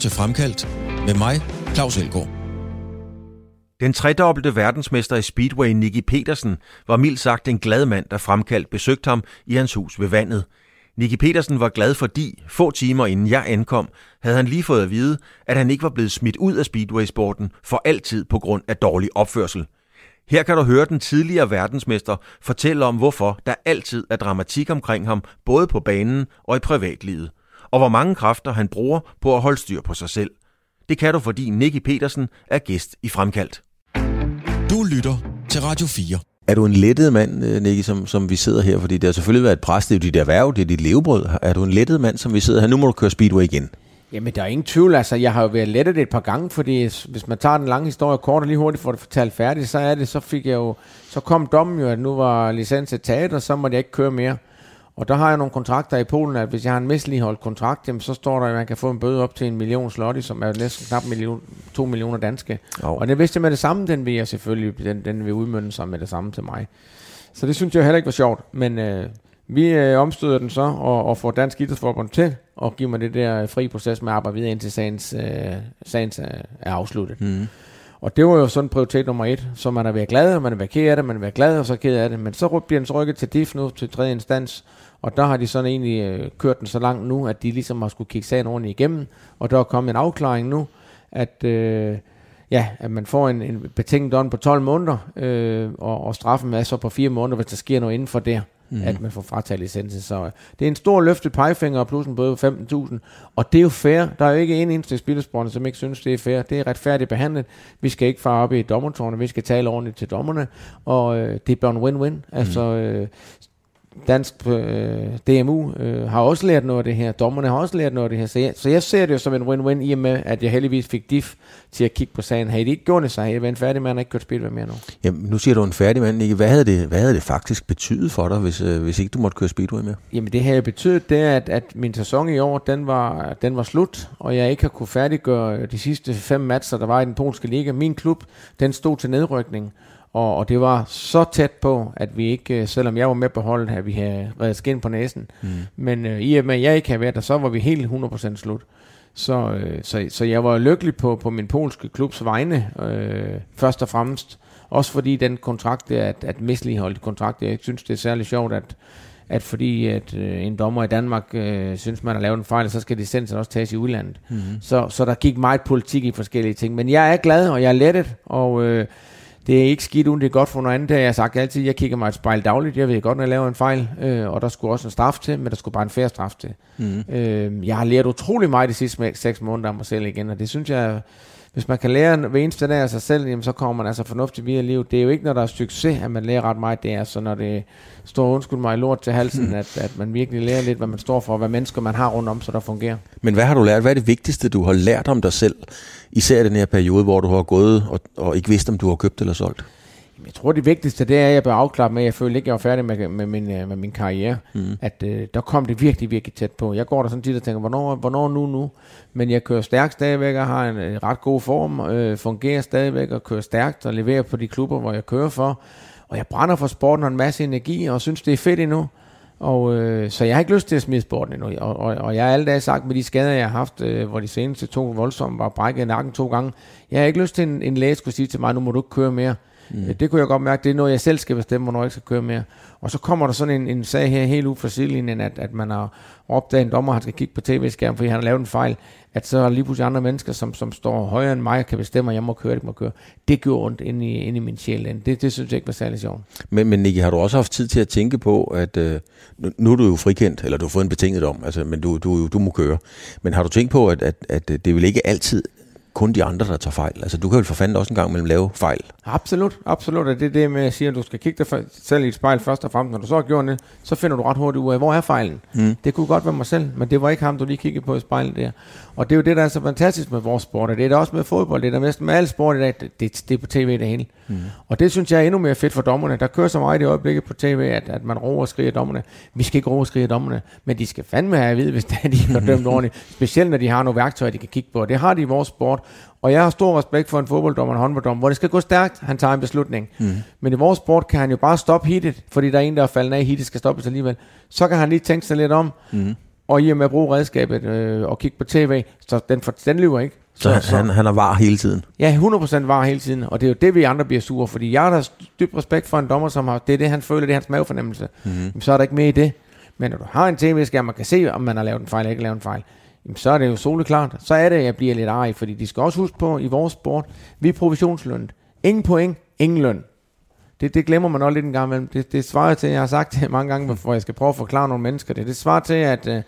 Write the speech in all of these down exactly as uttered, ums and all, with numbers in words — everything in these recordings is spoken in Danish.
til Fremkaldt med mig, Claus Elgaard. Den tredobbelte verdensmester i speedway Nicki Pedersen var mildt sagt en glad mand, da Fremkaldt besøgte ham i hans hus ved vandet. Nicki Pedersen var glad, fordi få timer inden jeg ankom, havde han lige fået at vide, at han ikke var blevet smidt ud af speedwaysporten for altid på grund af dårlig opførsel. Her kan du høre den tidligere verdensmester fortælle om, hvorfor der altid er dramatik omkring ham, både på banen og i privatlivet, og hvor mange kræfter han bruger på at holde styr på sig selv. Det kan du, fordi Nicki Pedersen er gæst i Fremkaldt. Du lytter til Radio fire. Er du en lettet mand, Nicki, som, som vi sidder her? Fordi det har selvfølgelig været et pres, det er jo dit erhverv, det er dit levebrød. Er du en lettet mand, som vi sidder her? Nu må du køre speedway igen. Jamen, der er ingen tvivl. Altså, jeg har jo været lettet et par gange, fordi hvis man tager den lange historie kort og lige hurtigt får det fortalt færdigt, så er det, så fik jeg jo, så kom dommen jo, at nu var licensen taget, og så måtte jeg ikke køre mere. Og der har jeg nogle kontrakter i Polen, at hvis jeg har en misligholdt kontrakt, jamen, så står der, at man kan få en bøde op til en million slotti, som er næsten knap million, to millioner danske. Oh. Og det vidste jeg med det samme, den vil jeg selvfølgelig, den, den vil udmønte sig med det samme til mig. Så det synes jeg heller ikke var sjovt, men øh, vi øh, omstøder den så, og, og får Dansk Idrætsforbund til, og giver mig det der fri proces med at arbejde videre, indtil sagens, øh, sagens øh, er afsluttet. Mm. Og det var jo sådan prioritet nummer et, så man er været glad, og man er været ked af det, man er været glad, og så ked af det, men så bliver den så rykket til D I F nu, til tredje instans, og der har de sådan egentlig øh, kørt den så langt nu, at de ligesom har skulle kigge sagen ordentligt igennem, og der er kommet en afklaring nu, at, øh, ja, at man får en, en betinget dom på tolv måneder, øh, og, og straffen er så på fire måneder, hvis der sker noget inden for det, mm. at man får frataget licensen. Så øh, det er en stor løftet pegefinger, og plus en bøde på femten tusind, og det er jo fair. Der er jo ikke en eneste spillersporter, som ikke synes, det er fair. Det er retfærdigt behandlet. Vi skal ikke fare op i dommertårnet, vi skal tale ordentligt til dommerne, og øh, det bliver en win-win. Mm. Altså, øh, Dansk øh, D M U øh, har også lært noget af det her. Dommerne har også lært noget af det her. Så jeg, så jeg ser det jo som en win-win, i og med, at jeg heldigvis fik D I F til at kigge på sagen. Havde de ikke gjort det, så havde jeg været en færdig mand og ikke kørt speedway mere nu. Jamen, nu siger du en færdig mand, Nicki. Hvad havde det, hvad havde det faktisk betydet for dig, hvis, øh, hvis ikke du måtte køre speedway mere? Jamen, det havde betydet, det, at, at min sæson i år, den var, den var slut, og jeg ikke har kunne færdiggøre de sidste fem matcher, der var i den polske liga. Min klub, den stod til nedrykning. Og, og det var så tæt på, at vi ikke, selvom jeg var med på holdet her, vi havde reddet skin på næsen. Mm. Men øh, i og med, at jeg ikke havde været der, så var vi helt hundrede procent slut. Så, øh, så, så jeg var lykkelig på, på min polske klubs vegne, øh, først og fremmest. Også fordi den kontrakt, det er at, at misligeholdt kontrakt, jeg ikke synes, det er særlig sjovt, at, at fordi at, øh, en dommer i Danmark øh, synes, man har lavet en fejl, så skal licensen også tages i udlandet. Mm. Så, så der gik meget politik i forskellige ting. Men jeg er glad, og jeg er lettet, og Øh, det er ikke skidt uden, det er godt for noget andet. Det har jeg sagt altid. Jeg kigger mig et spejl dagligt. Jeg ved godt, når jeg laver en fejl. Øh, og der skulle også en straf til, men der skulle bare en fair straf til. Mm. Øh, jeg har lært utrolig meget de sidste seks måneder af mig selv igen. Og det synes jeg, hvis man kan lære hver eneste dag af sig selv, jamen, så kommer man altså fornuftigt videre i livet. Det er jo ikke, når der er succes, at man lærer ret meget. Det er så, når det står undskyld mig lort til halsen, mm. at, at man virkelig lærer lidt, hvad man står for, hvad mennesker man har rundt om, så der fungerer. Men hvad har du lært? Hvad er det vigtigste, du har lært om dig selv? Især i den her periode, hvor du har gået og, og ikke vidst, om du har købt eller solgt. Jeg tror, det vigtigste, det er, at jeg blev afklaret med, at jeg følte ikke, at jeg var færdig med, med, min, med min karriere. Mm. At øh, der kom det virkelig, virkelig tæt på. Jeg går der sådan tit og tænker, hvornår, hvornår nu, nu? Men jeg kører stærkt stadigvæk og har en, en ret god form, øh, fungerer stadigvæk og kører stærkt og leverer på de klubber, hvor jeg kører for. Og jeg brænder for sporten og en masse energi og synes, det er fedt endnu. Og øh, så jeg har ikke lyst til at smide sporten endnu. Og, og, og jeg har alle dage sagt med de skader, jeg har haft, øh, hvor de seneste to voldsomme var brækket i nakken to gange. Jeg har ikke lyst til, en, en læge skulle sige til mig, nu må du ikke køre mere. Mm. Det kunne jeg godt mærke, det er noget, jeg selv skal bestemme, hvornår jeg ikke skal køre mere. Og så kommer der sådan en, en sag her helt ud fra sidelinjen, at, at man har opdaget en dommer, han skal kigge på tv-skærmen, fordi han har lavet en fejl, at så er lige pludselig andre mennesker, som, som står højere end mig, og kan bestemme, at jeg må køre, ikke må køre. Det gjorde ondt inde i, inde i min sjæl. Det, det synes jeg ikke var særlig sjovt. Men, men Nicki, har du også haft tid til at tænke på, at øh, nu er du jo frikendt, eller du har fået en betinget dom, altså, men du, du, du må køre. Men har du tænkt på, at, at, at det vil ikke altid kun de andre, der tager fejl? Altså, du kan vel for fanden også en gang mellem lave fejl. Absolut, absolut. Og det er det med at sige, at du skal kigge dig selv i et spejl først og fremmest. Når du så har gjort det, så finder du ret hurtigt ud af, hvor er fejlen. Mm. Det kunne godt være mig selv, men det var ikke ham, du lige kiggede på i spejlet der. Og det er jo det, der er så fantastisk med vores sport, og det er der også med fodbold, det er der næsten med alle sport i dag, det, det, det er på tv det hele. Mm. Og det synes jeg er endnu mere fedt for dommerne. Der kører så meget i øjeblikket på tv, at, at man roer og skriger dommerne. Vi skal ikke roe og skrige dommerne, men de skal fandme have at vide, hvis de har dømt ordentligt. Specielt når de har nogle værktøjer, de kan kigge på. Det har de i vores sport. Og jeg har stor respekt for en fodbolddommer og en håndbolddommer, hvor det skal gå stærkt, han tager en beslutning. Mm. Men i vores sport kan han jo bare stoppe hittet, fordi der er en, der er faldet af, hittet skal stoppes alligevel. Så kan han lige tænke sig lidt om, mm. og i og med at bruge redskabet øh, og kigge på tv, så den, for, den lyver ikke. Så, så, så han, han er var hele tiden? Ja, hundrede procent var hele tiden, og det er jo det, vi andre bliver sure, fordi jeg har da dyb respekt for en dommer, som har, det er det, han føler, det er hans mavefornemmelse. Mm-hmm. Så er der ikke mere i det. Men når du har en tv-skærm, man kan se, om man har lavet en fejl eller ikke lavet en fejl, jamen, så er det jo soleklart. Så er det, jeg bliver lidt arg, fordi de skal også huske på, i vores sport, vi er provisionslønnet. Ingen point, ingen løn. Det, det glemmer man også lidt en gang imellem. Det, det svarer til, jeg har sagt det mange gange, hvor jeg skal prøve at forklare nogle mennesker det. Det svarer til, at, øh,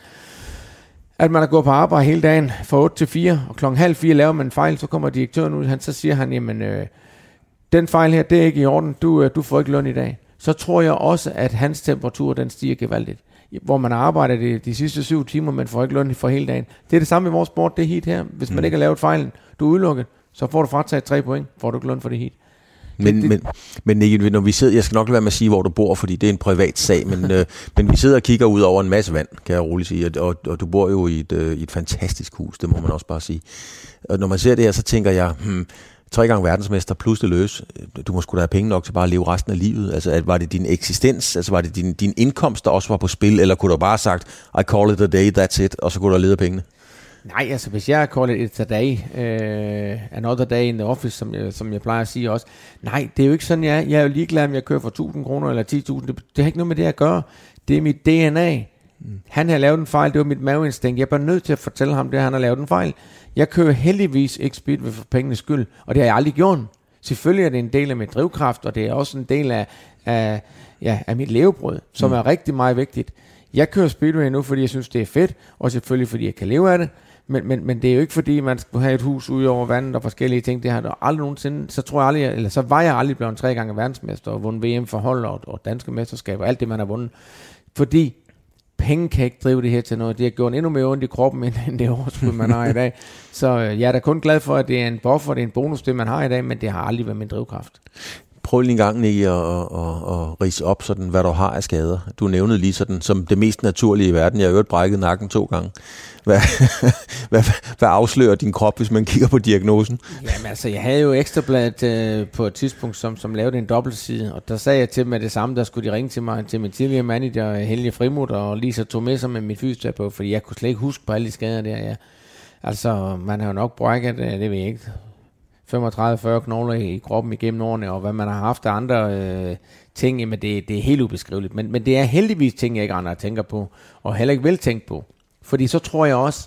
at man er gået på arbejde hele dagen fra otte til fire, og klokken halv fire laver man en fejl, så kommer direktøren ud, han, så siger han, jamen, øh, den fejl her, det er ikke i orden, du, øh, du får ikke løn i dag. Så tror jeg også, at hans temperatur, den stiger gevaldigt. Hvor man har arbejdet de, de sidste syv timer, men får ikke løn for hele dagen. Det er det samme i vores sport, det er heat her. Hvis man mm. ikke har lavet fejlen, du er udelukket, så får du frataget tre point, får du ikke løn for det heat. Men, det, men, men Nicky, når vi sidder, jeg skal nok lade være med at sige, hvor du bor, fordi det er en privat sag, men, øh, men vi sidder og kigger ud over en masse vand, kan jeg roligt sige, og, og du bor jo i et, øh, i et fantastisk hus, det må man også bare sige. Og når man ser det her, så tænker jeg, hmm, tre gange verdensmester plus det løs, du må sgu da have penge nok til bare at leve resten af livet. Altså, var det din eksistens, altså var det din, din indkomst, der også var på spil, eller kunne du bare have sagt, I call it a day, that's it, og så kunne du have ledet pengene? Nej, altså hvis jeg call it a day, uh, another day in the office, som jeg, som jeg plejer at sige også, nej, det er jo ikke sådan, jeg er. Jeg er jo ligeglad, om jeg kører for tusind kroner eller ti tusind. Det, det har ikke noget med det at gøre. Det er mit D N A. Mm. Han har lavet en fejl, det var mit maveinstinkt. Jeg er bare nødt til at fortælle ham det, han har lavet en fejl. Jeg kører heldigvis ikke speedway for pengenes skyld, og det har jeg aldrig gjort. Selvfølgelig er det en del af mit drivkraft, og det er også en del af, af, ja, af mit levebrød, som mm. er rigtig meget vigtigt. Jeg kører speedway nu, fordi jeg synes, det er fedt, og selvfølgelig fordi jeg kan leve af det. Men, men, men det er jo ikke fordi, man skal have et hus ude over vandet og forskellige ting. Det har der aldrig nogensinde. Så tror jeg aldrig, eller så var jeg aldrig blevet tre gange verdensmester og vundet V M for hold og, og danske mesterskaber. Alt det, man har vundet. Fordi penge kan ikke drive det her til noget. Det har gjort endnu mere ondt i kroppen, end det overskud, man har i dag. Så jeg er da kun glad for, at det er en buffer, det er en bonus, det man har i dag, men det har aldrig været min drivkraft. Prøv lige en gang, Nicky, at, at, at, at ridse op, sådan, hvad du har af skader. Du nævnede lige sådan, som det mest naturlige i verden. Jeg har øvrigt brækket nakken to gange. Hvad, hvad, hvad afslører din krop, hvis man kigger på diagnosen? Jamen altså, jeg havde jo Ekstrabladet øh, på et tidspunkt, som, som lavede en dobbeltside, og der sagde jeg til dem, at det samme, der skulle de ringe til mig, til min tidligere manager, Helge Frimut, og Lisa tog med sig med min fysioterapeut, fordi jeg kunne slet ikke huske på alle de skader der. Ja. Altså, man har jo nok brækket, det ved jeg ikke, femogtredive til fyrre knogler i kroppen igennem årene, og hvad man har haft af andre øh, ting, jamen det, det er helt ubeskriveligt. Men, men det er heldigvis ting, jeg ikke andre tænker på, og heller ikke vil tænke på. Fordi så tror jeg også,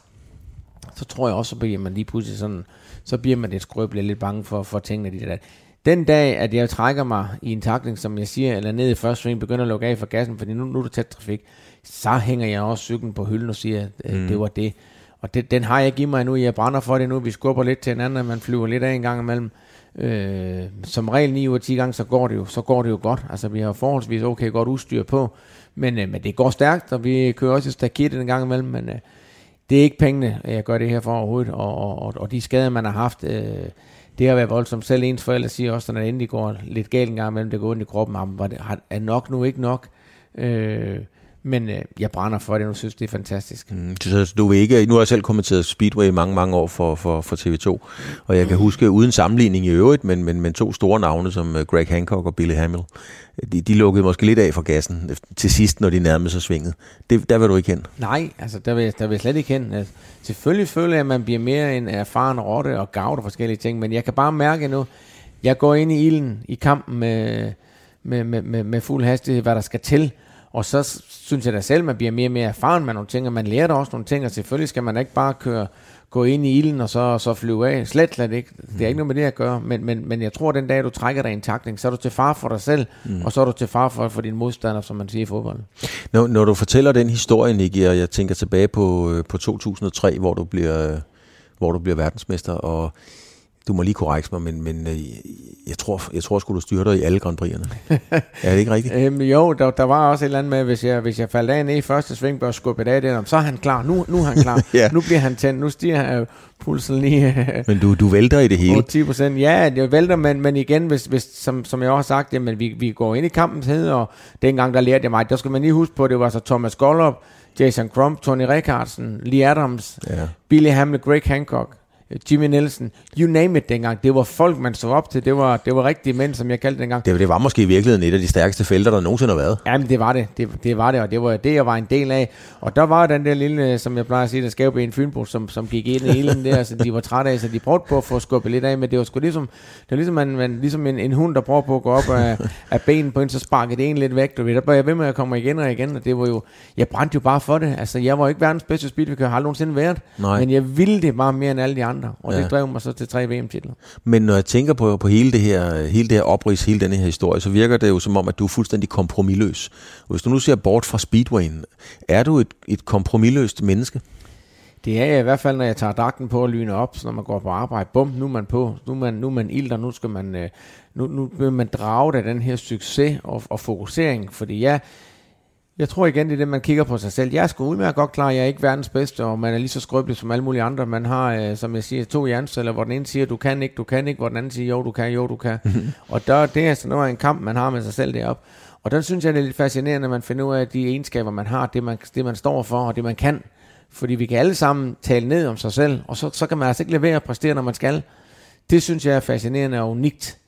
så tror jeg også, så bliver man lige pludselig sådan, så bliver man lidt skrøbelig, lidt bange for, for tingene. De der. Den dag, at jeg trækker mig i en tackling, som jeg siger, eller ned i første sving, begynder at lukke af for gassen, fordi nu, nu er det tæt trafik, så hænger jeg også cyklen på hylden og siger, at mm. det var det. Og det, den har jeg ikke i mig nu, jeg brænder for det nu, vi skubber lidt til hinanden, man flyver lidt af en gang imellem. Øh, som regel ni ud af ti gange, så går det jo, så går det jo godt. Altså vi har forholdsvis okay godt udstyr på, men, øh, men det går stærkt, og vi kører også i stakittet en gang imellem, men øh, det er ikke pengene, jeg gør det her for overhovedet, og, og, og, og de skader, man har haft, øh, det har været voldsomt. Selv ens forældre siger også, når det endelig går lidt galt en gang imellem, det går ondt i kroppen, var det, er nok nu ikke nok? Øh, Men øh, jeg brænder for det, og synes, det er fantastisk. Mm, så du vil ikke, nu har jeg selv kommenteret Speedway i mange, mange år for, for, for T V to, og jeg kan huske, uden sammenligning i øvrigt, men, men, men to store navne som Greg Hancock og Billy Hamill, de, de lukkede måske lidt af for gassen til sidst, når de nærmede sig svinget. Det, der vil du ikke hen? Nej, altså der vil, der vil jeg slet ikke hen. Altså, selvfølgelig føler jeg, at man bliver mere en erfaren rotte og gavt og forskellige ting, men jeg kan bare mærke nu, jeg går ind i ilden i kampen med, med, med, med, med fuld hastighed, hvad der skal til. Og så synes jeg da selv, man bliver mere og mere erfaren med nogle ting, og man lærer da også nogle ting, og selvfølgelig skal man ikke bare køre, gå ind i ilden og så, så flyve af. Slet, slet ikke. Det er ikke noget med det at gøre, men, men, men jeg tror, at den dag, du trækker dig i en tackling, så er du til far for dig selv, mm. og så er du til far for, for din modstander, som man siger i fodbold. Når, når du fortæller den historie, Nicky, og jeg tænker tilbage på, på to tusind og tre, hvor du bliver, hvor du bliver verdensmester, og du må lige korrekse mig, men, men jeg tror, jeg tror sgu, du styrter i alle Grand Prix'erne. Er det ikke rigtigt? øhm, jo, der, der var også et eller andet med, hvis jeg, hvis jeg faldt af ned i første sving, og skubbede af det, så er han klar. Nu, nu er han klar. Ja. Nu bliver han tændt. Nu stiger uh, pulsen lige. Men du, du vælter i det hele? ti procent. Ja, det vælter, men, men igen, hvis, hvis, som, som jeg også har sagt, jamen, vi, vi går ind i kampens hed, og dengang der lærte jeg mig, der skal man lige huske på, det var så Thomas Gollop, Jason Crump, Tony Rickardson, Lee Adams, ja. Billy Hamill, Greg Hancock. Jimmy Nielsen, you name it dengang. Det var folk, man så op til. Det var, det var rigtige mænd, som jeg kaldte dengang. Det, det var måske i virkeligheden et af de stærkeste felter, der nogensinde har været. Jamen, det var det. det. Det var det, og det var det, jeg var en del af. Og der var den der lille, som jeg plejer at sige, der skævben Fynbo, som, som gik ind i ilden der, så de var trætte af, så de prøvede på at få skubbet lidt af, men det var sgu ligesom, det var ligesom, man, man, ligesom en, en hund, der prøver på at gå op af, af benen på en, så sparkede det en lidt væk. Du ved, der var jeg ved med at komme igen og igen, og det var jo, jeg brændte jo bare for det. Altså, jeg var ikke verdens bedste speedway-kører, har aldrig nogensinde været, Nej. men jeg ville det bare mere end alle de andre, og ja. det drev mig så til tre V M-titler. Men når jeg tænker på, på hele det her, hele det her oprids, hele denne her historie, så virker det jo som om, at du er fuldstændig kompromisløs. Hvis du nu ser bort fra speedwayen, er du et, et kompromisløst menneske? Det er jeg i hvert fald, når jeg tager dragten på og lyner op, så når man går på arbejde. Bum, nu er man på. Nu er man, nu er man ilter, nu skal man, nu, nu vil man drage af den her succes og, og fokusering. Fordi jeg, jeg tror igen, det er det, man kigger på sig selv. Jeg er sgu udmærket godt klar, jeg er ikke verdens bedste, og man er lige så skrøbelig som alle mulige andre. Man har, som jeg siger, to hjerneceller, hvor den ene siger, du kan ikke, du kan ikke, hvor den anden siger, jo, du kan, jo, du kan. Og der, det er altså noget af en kamp, man har med sig selv deroppe. Og der synes jeg, det er lidt fascinerende, at man finder ud af de egenskaber, man har, det man, det man står for, og det man kan. Fordi vi kan alle sammen tale ned om sig selv, og så, så kan man altså ikke levere at præstere, når man skal. Det synes jeg er fascinerende og unikt,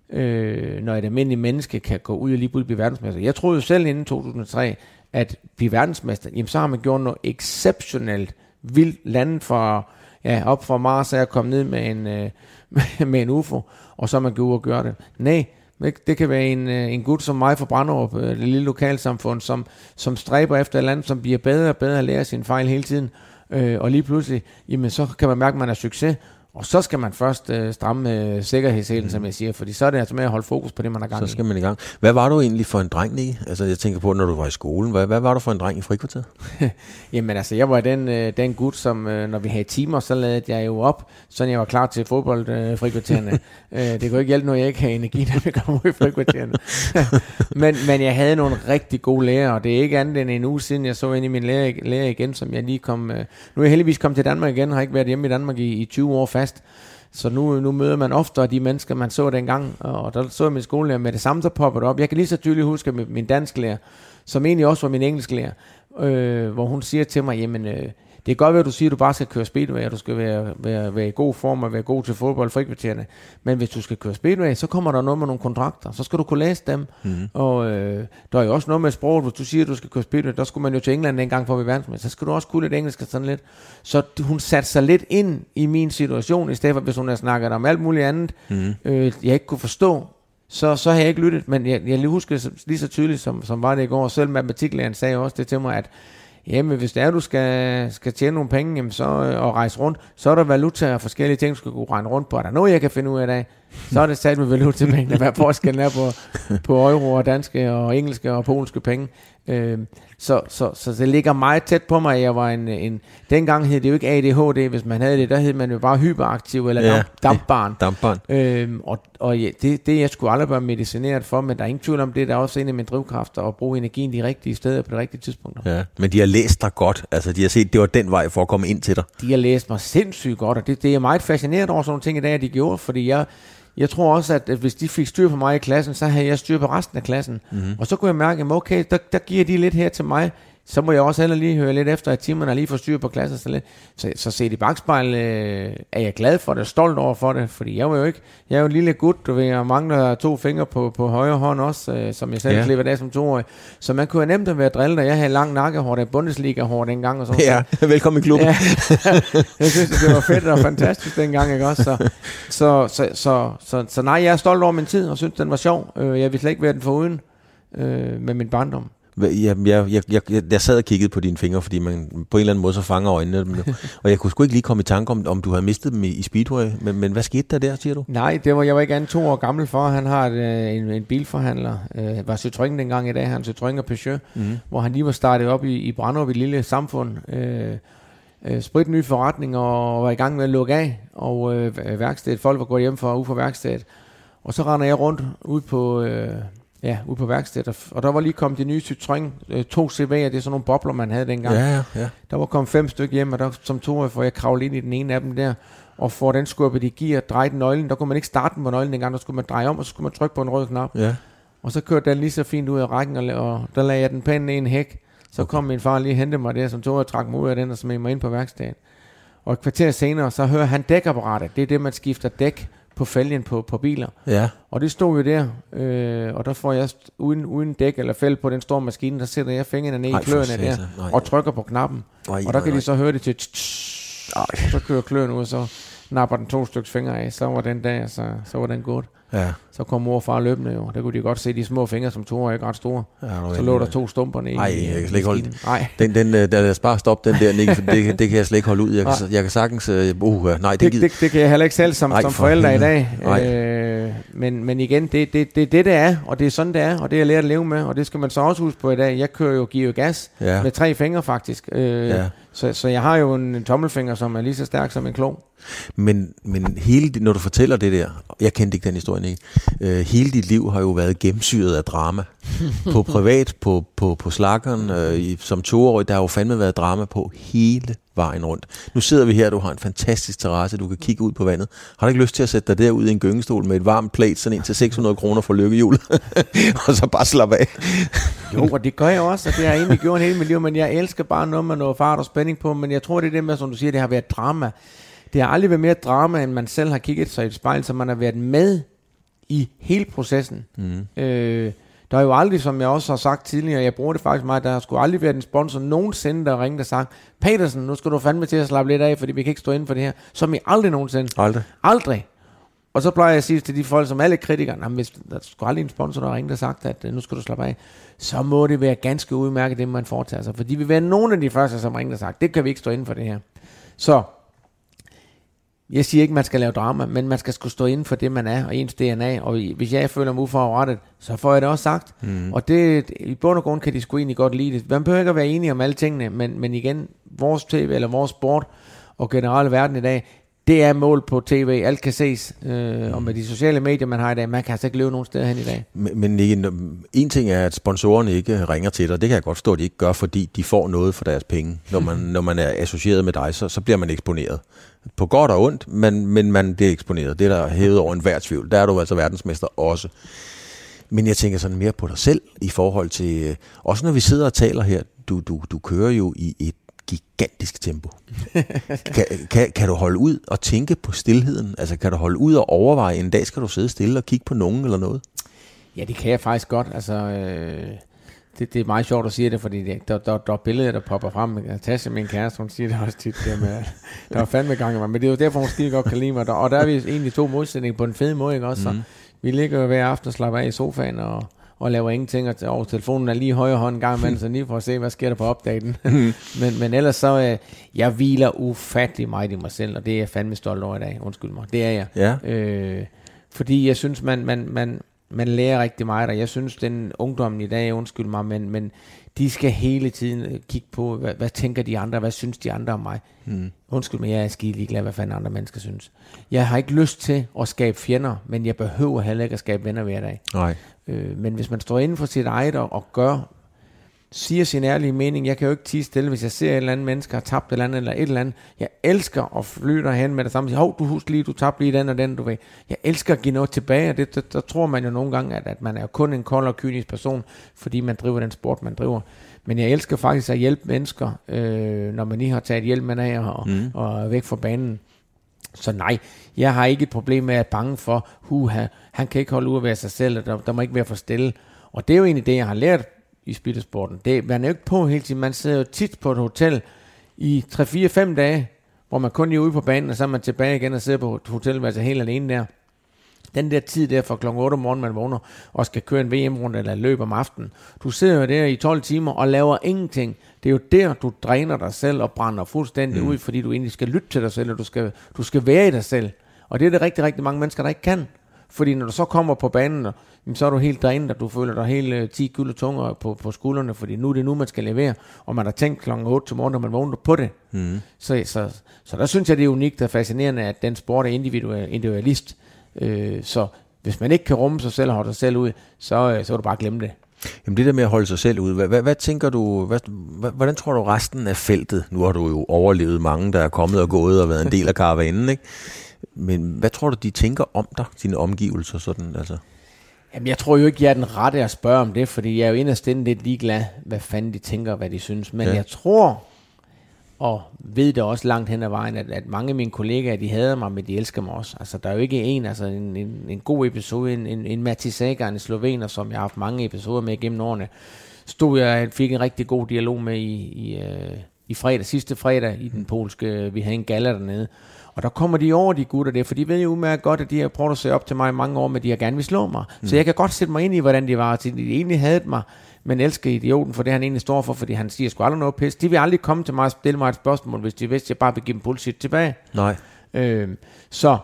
øh, når et almindeligt menneske kan gå ud og lige blive verdensmester. Jeg troede jo selv inden to tusind og tre, at blive verdensmester, jamen så har man gjort noget exceptionelt vildt, landet fra, ja, op fra Mars og kommet ned med en, øh, med en U F O, og så har man gået ud og gøre det. Nej, det kan være en, en gut som mig fra Branderup, det lille lokalsamfund, som, som stræber efter et land, som bliver bedre og bedre at lære sine fejl hele tiden. Øh, og lige pludselig, jamen så kan man mærke, at man er succes. Og så skal man først øh, stramme øh, sikkerhedshælen, mm. som jeg siger, fordi så er det altså med at holde fokus på det, man er gang i. Så skal man i gang. Hvad var du egentlig for en dreng, Nicky? Altså jeg tænker på, når du var i skolen. Hvad, hvad var du for en dreng i frikvarteret? Jamen altså, jeg var den, øh, den gut, som øh, når vi havde timer, så lavede jeg jo op, så jeg var klar til fodboldfrikvartererne. Øh, øh, det kunne ikke hjælpe, når jeg ikke havde energi, når vi kom ud i frikvartererne. men, men jeg havde nogle rigtig gode lærere, og det er ikke andet end en uge siden, jeg så ind i min lærer, lærer igen, som jeg lige kom... Øh, nu er jeg heldigvis kommet til Danmark igen, har ikke været hjemme i Danmark i, i tyve år fast. Så nu, nu møder man oftere de mennesker, man så dengang, og der så jeg min skolelærer med det samme, så popper det op. Jeg kan lige så tydeligt huske med min dansklærer, som egentlig også var min engelsklærer, øh, hvor hun siger til mig, jamen, øh, det kan godt være, at du siger, at du bare skal køre speedway, og du skal være, være, være i god form og være god til fodbold, frikvartererne. Men hvis du skal køre speedway, så kommer der noget med nogle kontrakter. Så skal du kunne læse dem. Mm-hmm. Og øh, der er jo også noget med sproget. Hvis du siger, at du skal køre speedway, der skulle man jo til England en gang for at blive verdensmester. Så skal du også kunne lidt engelsk og sådan lidt. Så hun satte sig lidt ind i min situation, i stedet for, hvis hun havde snakket om alt muligt andet, mm-hmm. øh, jeg ikke kunne forstå. Så, så har jeg ikke lyttet. Men jeg, jeg husker lige så tydeligt, som, som var det i går. Selv matematiklæreren sagde også det til mig, at jamen, hvis det er, du skal, skal tjene nogle penge jamen, så, og rejse rundt, så er der valuta og forskellige ting, du skal kunne regne rundt på. Er der noget, jeg kan finde ud af i dag, så er det sat med valutapenge, hvad forskellen er på, på euro og danske og engelske og polske penge. Øh, så, så, så det ligger meget tæt på mig, at jeg var en, en... Dengang hed det jo ikke A D H D, hvis man havde det. Der hed man jo bare hyperaktiv eller ja, dampbarn. dampbarn. Øh, og og ja, det, det jeg skulle aldrig være medicineret for, men der er ingen tvivl om det. Der er også en af mine drivkræfter at bruge energien de rigtige steder på de rigtige tidspunkter. Ja, men de har læst dig godt. Altså, de har set, det var den vej for at komme ind til dig. De har læst mig sindssygt godt, og det, det er meget fascineret over sådan nogle ting i dag, de gjorde, fordi jeg... Jeg tror også, at hvis de fik styr på mig i klassen, så havde jeg styr på resten af klassen. Mm-hmm. Og så kunne jeg mærke, at okay, der, der giver de lidt her til mig. Så må jeg også heller lige høre lidt efter, at timerne lige får styr på klassen. Så, lidt. så, så set i bagspejl, øh, er jeg glad for det, stolt over for det. Fordi jeg var jo ikke, jeg er jo en lille gut, du ved, jeg mangler to fingre på, på højre hånd også, øh, som jeg selv ja. klipper af som toårig. Så man kunne have nemt at være drillet, og jeg havde lang nakkehår, der Bundesliga-hår dengang. Og sådan. Ja, velkommen i klubben. Ja. Jeg synes, det var fedt og fantastisk dengang, ikke også? Så, så, så, så, så, så nej, jeg er stolt over min tid, og synes, den var sjov. Jeg ville slet ikke være den foruden øh, med min barndom. Jeg, jeg, jeg, jeg, jeg sad og kiggede på dine fingre, fordi man på en eller anden måde så fanger øjnene dem. Og jeg kunne sgu ikke lige komme i tanke om, om du havde mistet dem i, i Speedway. Men, men hvad skete der der, siger du? Nej, det var, jeg var ikke andet to år gammel for. Han har et, en, en bilforhandler. Øh, var Citroën dengang i dag. Han Citroën og Peugeot. Mm-hmm. Hvor han lige var startet op i, i Branderup, i et lille samfund. Øh, øh, sprit ny forretning og var i gang med at lukke af. Og øh, værkstedet. Folk var gået hjem for ude på værkstedet. Og så render jeg rundt ud på... Øh, Ja, ude på værkstedet, og der var lige kommet de nye Citroën øh, to C V'er, det er sådan nogle bobler, man havde dengang. Ja, ja, ja. Der var kommet fem stykker hjem, og der som toårig får jeg kravlet ind i den ene af dem der, og får den skubbet i gear, dreje den nøglen. Der kunne man ikke starte den på nøglen dengang, der skulle man dreje om, og så skulle man trykke på en rød knap. Ja. Og så kørte den lige så fint ud af rækken, og, og der lagde jeg den pænt i en hæk. Så okay. kom min far lige og hentede mig der, som toårig, trak mig ud af den, og smed mig ind på værkstedet. Og et kvarter senere, så hører han dækapparatet. Det er det, man skifter dæk på fælgen på, på biler. Ja. Og det stod jo der, øh, og der får jeg st- uden, uden dæk eller fæld på den store maskine, der sætter jeg fingrene ned i kløerne der, og trykker på knappen. Ej, og der kan nej, de så høre det til, så kører kløerne ud, og så napper den to stykker fingre af, så var den dag, så, så var den godt. Ja. Så kom mor og far løbende jo. Der kunne de godt se de små fingre, som to er ikke ret store. Ja, så lå der to stumper nede. Nej, jeg kan slet ikke holde den. Den, den, der bare stop den der, Nick, for det, det kan jeg slet ikke holde ud. Jeg kan, jeg kan sagtens... Uh, nej, det, det, det, det kan jeg heller ikke selv som, Ej, som forælder i dag. Øh, men, men igen, det er det, det, det, det er, og det er sådan, det er, og det er jeg lært at leve med, og det skal man så også huske på i dag. Jeg kører jo giver gas ja. med tre fingre faktisk. Øh, ja. så, så jeg har jo en, en tommelfinger, som er lige så stærk som en klo. Men, men hele, når du fortæller det der, jeg kendte ikke den historie, ikke? Øh, hele dit liv har jo været gennemsyret af drama. På privat, på, på, på slakkeren, øh, som toårig, der har jo fandme været drama på hele vejen rundt. Nu sidder vi her, du har en fantastisk terrasse, du kan kigge ud på vandet. Har du ikke lyst til at sætte dig derud i en gyngestol med et varmt plate, sådan en til seks hundrede kroner for lykkehjul, og så bare slappe af? Jo, og det gør jeg også, og det har jeg egentlig gjort hele mit liv, men jeg elsker bare noget med noget fart og spænding på, men jeg tror, det er det med, som du siger, det har været drama. Det har aldrig været mere drama, end man selv har kigget sig i et spejl, så man har været med i hele processen. Mm. Øh, der er jo aldrig, som jeg også har sagt tidligere, jeg bruger det faktisk meget, der har sgu aldrig været en sponsor nogensinde, der ringte og sagt, Petersen, nu skal du fandme til at slappe lidt af, fordi vi kan ikke stå inden for det her. Som I aldrig nogensinde. Aldrig. Aldrig. Og så plejer jeg at sige til de folk, som alle kritikere, hvis der er sgu aldrig en sponsor, der har ringet og sagt, at nu skal du slappe af, så må det være ganske udmærket, det man foretager sig. Fordi vi vil være nogle af de første, som ringte og sagt, det kan vi ikke stå inden for det her. Så jeg siger ikke, man skal lave drama, men man skal sgu stå inden for det, man er, og ens D N A. Og hvis jeg føler mig uforrettet, så får jeg det også sagt. Mm. Og det, i bund og grund kan de sgu egentlig godt lide det. Man behøver ikke at være enige om alle tingene, men, men igen, vores tv eller vores sport og generelle verden i dag, det er mål på tv. Alt kan ses. Øh, og med de sociale medier, man har i dag, man kan altså ikke løbe nogen steder hen i dag. Men, men ikke, en ting er, at sponsorerne ikke ringer til dig. Det kan jeg godt forstå, at de ikke gør, fordi de får noget for deres penge. Når man, når man er associeret med dig, så, så bliver man eksponeret. På godt og ondt, men, men man bliver eksponeret. Det er der hævet over enhver tvivl. Der er du altså verdensmester også. Men jeg tænker sådan mere på dig selv i forhold til... Også når vi sidder og taler her, du, du, du kører jo i et gigantisk tempo. kan, kan, kan du holde ud og tænke på stilheden? Altså kan du holde ud og overveje, en dag skal du sidde stille og kigge på nogen eller noget? Ja, det kan jeg faktisk godt. Altså, øh, det, det er meget sjovt at sige det, fordi det, der, der, der er billeder, der popper frem. Tasha, min kæreste, hun siger det også tit, der, med, der var fandme gang i mig. Men det er jo derfor, hun skide godt kan lide mig. Der, og der er vi egentlig to modsætninger på en fed måde, ikke også? Så mm. vi ligger jo hver aften og slapper af i sofaen og og laver ingenting, og over telefonen er lige højre hånd en gang imellem, så lige for at se, hvad sker der på opdagen. men, men ellers så, øh, jeg hviler ufattelig meget i mig selv, og det er jeg fandme stolt over i dag, undskyld mig. Det er jeg. Ja. Øh, fordi jeg synes, man, man, man, man lærer rigtig meget, og jeg synes, den ungdommen i dag, undskyld mig, men, men de skal hele tiden kigge på, hvad, hvad tænker de andre, hvad synes de andre om mig. Mm. Undskyld mig, jeg er skide ligeglad, hvad fanden andre mennesker synes. Jeg har ikke lyst til at skabe fjender, men jeg behøver heller ikke at skabe venner hver dag. Nej. Øh, men hvis man står inden for sit eget og, og gør, siger sin ærlige mening, jeg kan jo ikke tie stille, hvis jeg ser et eller andet menneske har tabt et eller andet, eller et eller andet. Jeg elsker at flytte hen med det samme. Hov, du husk lige, du tabte lige den og den, du ved. Jeg elsker at give noget tilbage, og det, der, der tror man jo nogle gange, at, at man er kun en kold og kynisk person, fordi man driver den sport, man driver. Men jeg elsker faktisk at hjælpe mennesker, øh, når man lige har taget hjælpen af og, mm. og er væk fra banen. Så nej, jeg har ikke et problem med at være bange for, huha, han kan ikke holde ud at være sig selv, og der, der må ikke være for stille. Og det er jo egentlig det, jeg har lært i speedersporten. Det, man er jo ikke på hele tiden. Man sidder jo tit på et hotel i tre fire fem dage, hvor man kun er ude på banen, og så er man tilbage igen og sidder på et hotelværelse helt alene der. Den der tid der fra klokken otte om morgenen, man vågner og skal køre en V M-runde eller løb om aftenen. Du sidder jo der i tolv timer og laver ingenting. Det er jo der, du dræner dig selv og brænder fuldstændig mm. ud, fordi du egentlig skal lytte til dig selv, og du skal, du skal være i dig selv. Og det er det rigtig, rigtig mange mennesker, der ikke kan. Fordi når du så kommer på banen, så er du helt drænet, og du føler dig helt ti gylde tunger på, på skuldrene, fordi nu er det nu, man skal levere, og man har tænkt klokken otte til morgen, når man vågner på det. Mm. Så, så, så der synes jeg, det er unikt og fascinerende, at den sport er individuel, individualist. Øh, så hvis man ikke kan rumme sig selv og holde sig selv ud, så, så er du bare glemme det. Jamen det der med at holde sig selv ud, hvad, hvad, hvad tænker du, hvad, hvordan tror du resten af feltet, nu har du jo overlevet mange, der er kommet og gået og været en del af karavanen, ikke? Men hvad tror du, de tænker om dig, dine omgivelser sådan, altså? Jamen jeg tror jo ikke, jeg er den rette at spørge om det, fordi jeg er jo inderst inde lidt ligeglad, hvad fanden de tænker, hvad de synes. Men ja. Jeg tror, og ved det også langt hen ad vejen, at, at mange af mine kollegaer, de hader mig, men de elsker mig også. Altså, der er jo ikke en, altså en, en, en god episode, en, en, en Mati Sager, en slovener, som jeg har haft mange episoder med gennem årene, stod jeg fik en rigtig god dialog med i, i, øh, i fredag, sidste fredag, i den polske, vi havde en galla dernede. Og der kommer de over, de gutter der, for de ved jo udmærket godt, at de har prøvet at se op til mig i mange år, men de har gerne vil slå mig. Mm. Så jeg kan godt sætte mig ind i, hvordan de var. Så de egentlig havde mig, men elsker idioten for det, han egentlig står for, fordi han siger sgu aldrig noget pis. De vil aldrig komme til mig og stille mig et spørgsmål, hvis de vidste, at jeg bare vil give dem bullshit tilbage. Nej. Øh, så,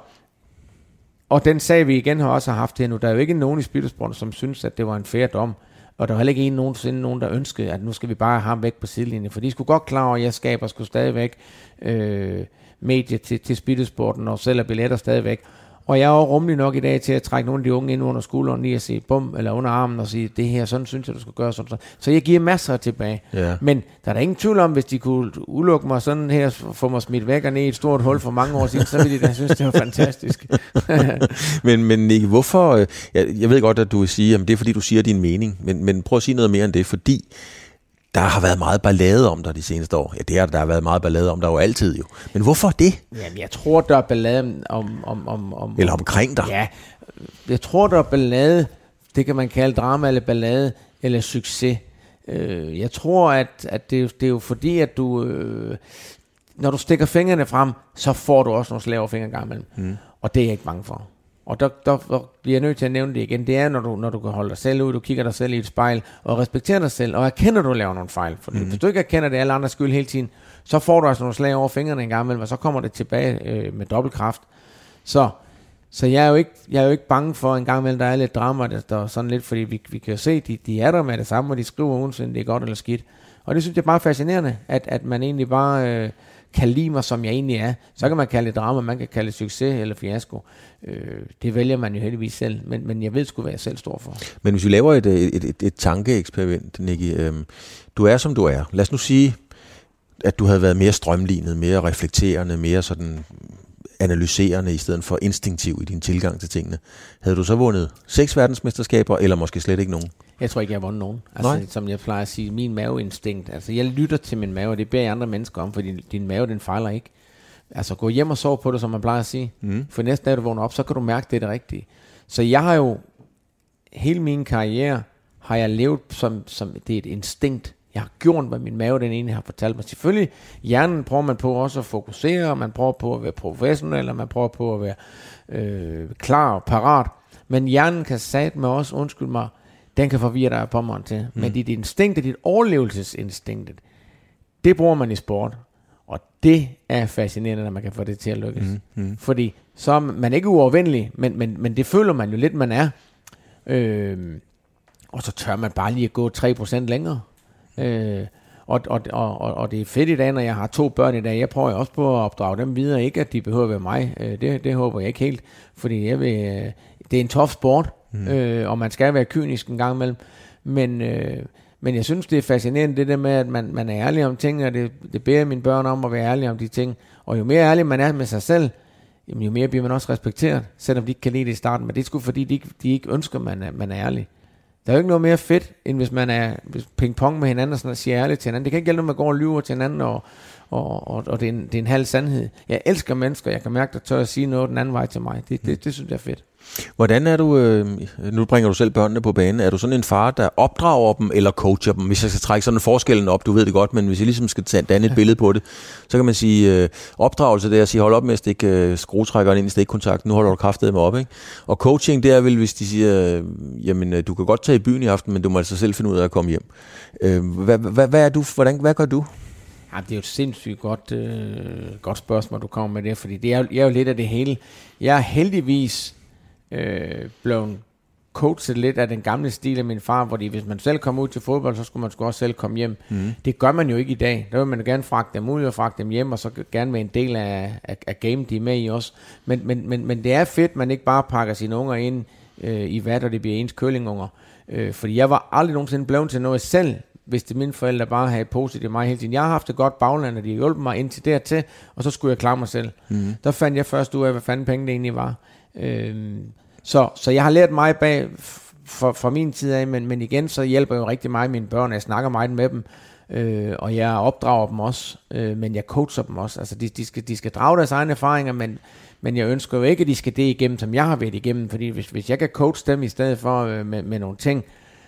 og den sag, vi igen har også haft her nu, der er jo ikke nogen i Speedsport, som synes, at det var en fair dom. Og der var heller ikke en nogensinde nogen, der ønskede, at nu skal vi bare have ham væk på sidelinjen. For de skulle godt klar over, at jeg skaber sgu stadigvæk øh, medier til, til Speedsporten og sælger billetter stadigvæk. Og jeg er også rummelig nok i dag til at trække nogle af de unge ind under skulderen lige at sige bum, eller under armen og sige, det her, sådan synes jeg, du skal gøre sådan, sådan. Så jeg giver masser tilbage. Ja. Men der er der ingen tvivl om, hvis de kunne udelukke mig sådan her, få mig smidt væk og ned i et stort hul for mange år siden, så ville de da synes, det var fantastisk. men, men Nicky, hvorfor, jeg, jeg ved godt, at du vil sige, at det er fordi, du siger din mening, men, men prøv at sige noget mere end det, fordi der har været meget ballade om dig de seneste år. Ja, det er der har været meget ballade om dig jo altid jo. Men hvorfor det? Jamen, jeg tror, der er ballade om... om, om, om eller omkring dig. Ja, jeg tror, der er ballade, det kan man kalde drama eller ballade, eller succes. Øh, jeg tror, at, at det, det er jo fordi, at du... Øh, når du stikker fingrene frem, så får du også nogle slag over fingre gang imellem. Mm. Og det er jeg ikke bange for. Og der, der, der bliver jeg nødt til at nævne det igen. Det er, når du, når du kan holde dig selv ud, du kigger dig selv i et spejl, og respekterer dig selv, og erkender, at du laver nogle fejl. For mm. hvis du ikke erkender det, alle andre skyld hele tiden, så får du altså nogle slag over fingrene en gang imellem, og så kommer det tilbage øh, med dobbeltkraft. Så, så jeg, er jo ikke, jeg er jo ikke bange for en gang imellem, der er lidt drama, der, der er sådan lidt, fordi vi, vi kan jo se, de, de er der med det samme, og de skriver uanset det er godt eller skidt. Og det synes jeg er bare fascinerende, at, at man egentlig bare... Øh, kan lide mig, som jeg egentlig er. Så kan man kalde det drama, man kan kalde det succes eller fiasko. Øh, det vælger man jo heldigvis selv, men, men jeg ved sgu, hvad jeg selv står for. Men hvis vi laver et, et, et, et tankeeksperiment, Nicky, øhm, du er, som du er. Lad os nu sige, at du havde været mere strømlignet, mere reflekterende, mere sådan analyserende, i stedet for instinktiv i din tilgang til tingene. Havde du så vundet seks verdensmesterskaber, eller måske slet ikke nogen? Jeg tror ikke, jeg har vundet nogen. Altså, som jeg plejer at sige, min maveinstinkt. Altså, jeg lytter til min mave, og det beder jeg andre mennesker om, fordi din mave, den fejler ikke. Altså, gå hjem og sov på det, som man plejer at sige. Mm. For næste dag, du vågner op, så kan du mærke, det er det rigtige. Så jeg har jo, hele min karriere, har jeg levet som, som det er et instinkt. Jeg har gjort, hvad min mave den egentlig har fortalt mig. Selvfølgelig, hjernen prøver man på også at fokusere, og man prøver på at være professionel, og man prøver på at være øh, klar og parat. Men hjernen kan sat med også, undskyld mig, den kan forvirre dig på mig til. Mm. Men dit instinkt, dit overlevelsesinstinkt, det bruger man i sport. Og det er fascinerende, når man kan få det til at lykkes. Mm. Mm. Fordi så er man ikke uovervindelig, men, men, men det føler man jo lidt, man er. Øh, og så tør man bare lige at gå tre procent længere. Øh, og, og, og, og det er fedt i dag, når jeg har to børn i dag. Jeg prøver også på at opdrage dem videre. Ikke at de behøver at være mig. Øh, det, det håber jeg ikke helt. Fordi jeg vil, øh, det er en tough sport. Mm. Øh, og man skal være kynisk en gang imellem. Men, øh, men jeg synes, det er fascinerende det der med, at man, man er ærlig om ting. Og det, det beder mine børn om at være ærlige om de ting. Og jo mere ærlig man er med sig selv, jo mere bliver man også respekteret. Selvom de ikke kan lide det i starten. Men det er sgu fordi, de, de ikke ønsker, at man er, man er ærlig. Der er jo ikke noget mere fedt, end hvis man er ping-pong med hinanden og, sådan, og siger ærligt til hinanden. Det kan ikke hjælpe, når man går og lyver til hinanden, og, og, og, og det, er en, det er en halv sandhed. Jeg elsker mennesker, jeg kan mærke, der tør at sige noget den anden vej til mig. Det, det, det synes jeg er fedt. Hvordan er du, øh, nu bringer du selv børnene på banen, er du sådan en far, der opdrager dem eller coacher dem? Hvis jeg skal trække sådan en forskellen op, du ved det godt, men hvis jeg ligesom skal tage danne et billede på det, så kan man sige, øh, opdragelse det er at sige, hold op med at stikke øh, skruetrækkeren ind i stikkontakten, nu holder du kraftedeme op, ikke? Og coaching, det er vel, hvis de siger, øh, jamen øh, du kan godt tage i byen i aften, men du må altså selv finde ud af at komme hjem. Øh, hvad, hvad, hvad er du, hvordan, hvad gør du? Ja, det er jo et sindssygt godt, øh, godt spørgsmål, du kommer med det, fordi det er, jeg er jo lidt af det hele. Jeg er heldigvis Øh, blevet coachet lidt af den gamle stil af min far, fordi hvis man selv kom ud til fodbold, så skulle man sgu også selv komme hjem. Mm. Det gør man jo ikke i dag. Der vil man jo gerne fragte dem ud og fragte dem hjem, og så gerne med en del af, af, af game, de er med i også. Men, men, men, men det er fedt, man ikke bare pakker sine unger ind øh, i vat, og det bliver ens kølingunger. Øh, fordi jeg var aldrig nogensinde blevet til noget selv, hvis det mine forældre bare havde positivt i mig hele tiden. Jeg har haft det godt bagland, og de har hjulpet mig ind til dertil, og så skulle jeg klare mig selv. Mm. Der fandt jeg først ud af, hvad fanden penge det egentlig var. Øh, Så, så jeg har lært mig bag fra min tid af, men, men igen, så hjælper jeg jo rigtig meget mine børn, jeg snakker meget med dem, øh, og jeg opdrager dem også, øh, men jeg coacher dem også. Altså, de, de, skal, de skal drage deres egne erfaringer, men, men jeg ønsker jo ikke, at de skal det igennem, som jeg har været igennem, fordi hvis, hvis jeg kan coache dem i stedet for øh, med, med nogle ting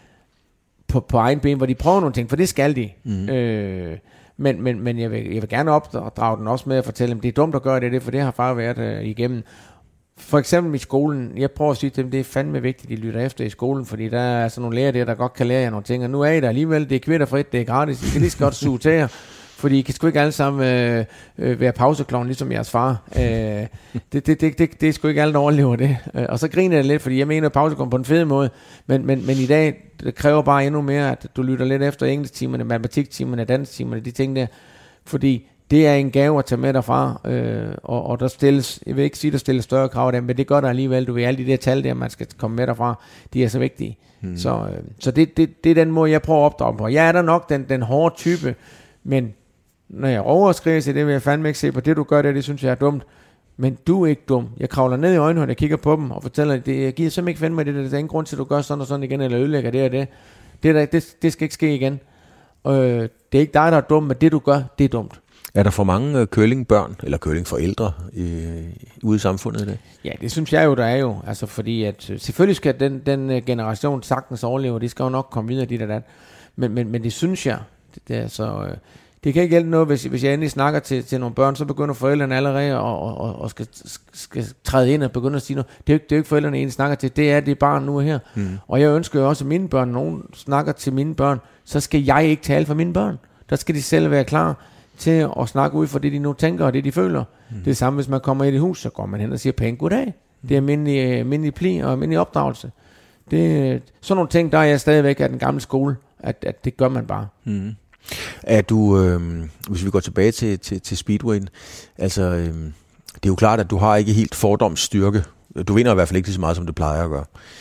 på, på egen ben, hvor de prøver nogle ting, for det skal de. Mm. Øh, men men, men jeg, vil, jeg vil gerne opdrage den også med at fortælle dem, det er dumt at gøre det, det for det har far været øh, igennem. For eksempel i skolen, jeg prøver at sige til dem, det er fandme vigtigt, at de lytter efter i skolen, fordi der er sådan nogle lærere der, der godt kan lære jer nogle ting, og nu er I der alligevel, det er kvitterfrit, det er gratis, I kan lige så godt suge til jer, fordi I kan sgu ikke alle sammen øh, øh, være pauseklovn, ligesom jeres far. Øh, det, det, det, det, det er sgu ikke alle, der overlever det. Øh, og så griner jeg lidt, fordi jeg mener pauseklovn på en fed måde, men, men, men i dag, det kræver bare endnu mere, at du lytter lidt efter engelsktimerne, matematiktimerne, dansktimerne, de ting der, fordi det er en gave at tage med derfra, øh, og, og der stilles, jeg vil ikke sige, der stilles større krav der, men det gør der alligevel. Du ved, alle de der tal der, man skal komme med derfra, de er så vigtige. Hmm. Så, øh, så det, det, det er den måde, jeg prøver at opdrage på. Jeg er der nok den, den hårde type, men når jeg overskriver sig, det vil jeg fandme ikke se på. Det du gør der, det synes jeg er dumt. Men du er ikke dum. Jeg kravler ned i øjnene, jeg kigger på dem og fortæller, det, jeg giver simpelthen ikke fandme det, der er ingen grund til, at du gør sådan og sådan igen, eller ødelægger det og det. Det, der, det, det skal ikke ske igen. Øh, det er ikke dig, der er dum, men det du gør, det er dumt. Er der for mange uh, curlingbørn, eller curlingforældre i, ude i samfundet i dag? Ja, det synes jeg jo, der er jo. Altså fordi, at selvfølgelig skal den, den uh, generation sagtens overleve, de skal jo nok komme videre dit og dat. Men, men, men det synes jeg, det, det, er så, uh, det kan ikke hjælpe noget, hvis, hvis jeg endelig snakker til, til nogle børn, så begynder forældrene allerede og, og, og skal, skal træde ind og begynde at sige noget. Det er jo ikke, det er jo ikke forældrene, egentlig snakker til, det er det barn nu og her. Mm. Og jeg ønsker jo også, at mine børn, nogen snakker til mine børn, så skal jeg ikke tale for mine børn. Der skal de selv være klar til at snakke ud for det, de nu tænker, og det, de føler. Mm. Det er det samme, hvis man kommer ind i hus, så går man hen og siger pænt goddag. Mm. Det er almindelig, almindelig pli og almindelig opdragelse. Det, sådan nogle ting, der er jeg stadigvæk af den gamle skole, at, at det gør man bare. Mm. Er du, øh, hvis vi går tilbage til, til, til Speedwayen, altså, øh, det er jo klart, at du har ikke helt fordomsstyrke. Du vinder i hvert fald ikke lige så meget, som du plejer at gøre.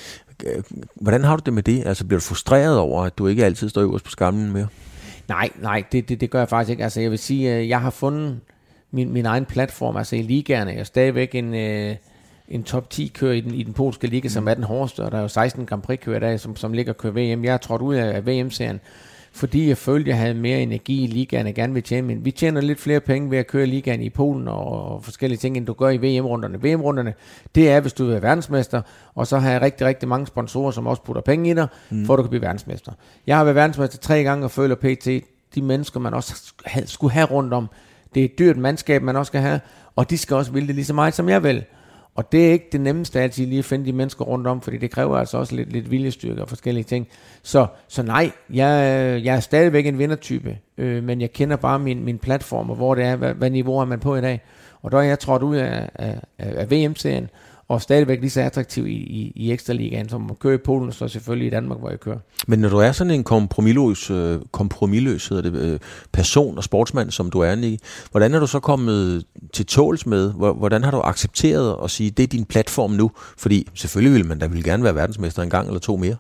Hvordan har du det med det? Altså, bliver du frustreret over, at du ikke altid står øverst på skamlen mere? Nej, nej, det, det, det gør jeg faktisk ikke. Altså, jeg vil sige, at jeg har fundet min, min egen platform, altså i ligaerne. Jeg er stadigvæk en, øh, en top ti kører i den, i den polske liga, som er den hårdeste, og der er jo seksten Grand Prix kører der, som, som ligger og kører V M. Jeg er trådt ud af, af V M-serien, fordi jeg følte, jeg havde mere energi i ligaen, og gerne vil tjene. Men vi tjener lidt flere penge ved at køre ligaen i Polen og, og forskellige ting, end du gør i V M-runderne. V M-runderne, det er, hvis du vil være verdensmester, og så har jeg rigtig, rigtig mange sponsorer, som også putter penge i dig, mm. for at du kan blive verdensmester. Jeg har været verdensmester tre gange og føler pt. De mennesker, man også skulle have rundt om, det er et dyrt mandskab, man også skal have, og de skal også ville det lige så meget, som jeg vil. Og det er ikke det nemmeste altid lige at finde de mennesker rundt om, fordi det kræver altså også lidt, lidt viljestyrke og forskellige ting. Så, så nej, jeg, jeg er stadigvæk en vindertype, øh, men jeg kender bare min, min platform, og hvor det er, hvad, hvad niveau er man på i dag. Og der er jeg trådt ud af, af, af V M-serien, og stadigvæk lige så attraktiv i, i, i Ekstraligaen, som at køre i Polen, og så selvfølgelig i Danmark, hvor jeg kører. Men når du er sådan en kompromisløs, kompromisløs hedder det, person og sportsmand, som du er, Nicky, hvordan er du så kommet til tåls med? Hvordan har du accepteret at sige, det er din platform nu? Fordi selvfølgelig vil man da vil gerne være verdensmester en gang eller to mere.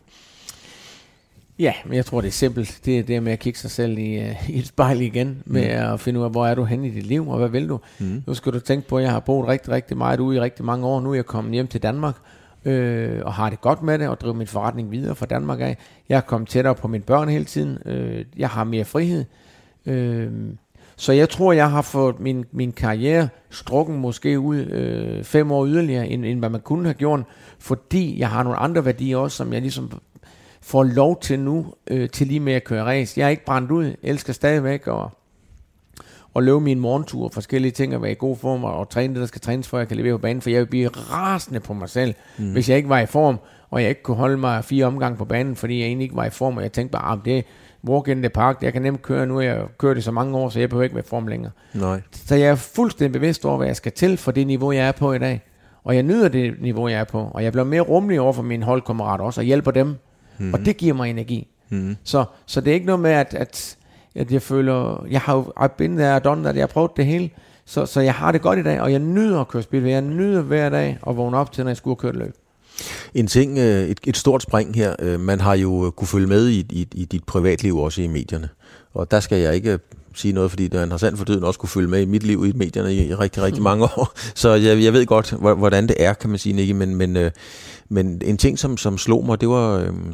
Ja, men jeg tror, det er simpelt. Det er det med at kigge sig selv i, uh, i et spejl igen, med mm. at finde ud af, hvor er du henne i dit liv, og hvad vil du? Mm. Nu skal du tænke på, at jeg har boet rigtig, rigtig meget ude i rigtig mange år. Nu er jeg kommet hjem til Danmark, øh, og har det godt med det, og driver min forretning videre fra Danmark af. Jeg er kommet tættere på mine børn hele tiden. Øh, jeg har mere frihed. Øh, så jeg tror, jeg har fået min, min karriere strukken måske ud øh, fem år yderligere, end, end hvad man kunne have gjort, fordi jeg har nogle andre værdier også, som jeg ligesom får lov til nu, øh, til lige med at køre race. Jeg er ikke brændt ud, elsker stadigvæk at, at løbe min morgentur, forskellige ting, at være i god form, og, og træne det, der skal trænes, for jeg kan levere på banen, for jeg vil blive rasende på mig selv, mm. hvis jeg ikke var i form, og jeg ikke kunne holde mig fire omgange på banen, fordi jeg egentlig ikke var i form, og jeg tænkte bare, ah, det er walk in the park, jeg kan nemt køre, nu har jeg kørt det så mange år, så jeg behøver ikke være i form længere. Nej. Så jeg er fuldstændig bevidst over, hvad jeg skal til for det niveau, jeg er på i dag, og jeg nyder det niveau, jeg er på, og jeg bliver mere rummelig over for mine holdkammerater også, og hjælper dem. Mm-hmm. Og det giver mig energi. Mm-hmm. Så, så det er ikke noget med, at, at, at jeg føler, jeg har jo I've been there, done that, jeg har prøvet det hele, så, så jeg har det godt i dag, og jeg nyder at køre speedway. Jeg nyder hver dag at vågne op til, når jeg skulle køre løb. En ting, et, et stort spring her, man har jo kunne følge med i, i, i dit privatliv også i medierne, og der skal jeg ikke sige noget, fordi det er interessant for døden også kunne følge med i mit liv i medierne i, i rigtig, rigtig mange år, så jeg, jeg ved godt, hvordan det er, kan man sige, Nicky, men, men, men en ting, som, som slog mig, det var,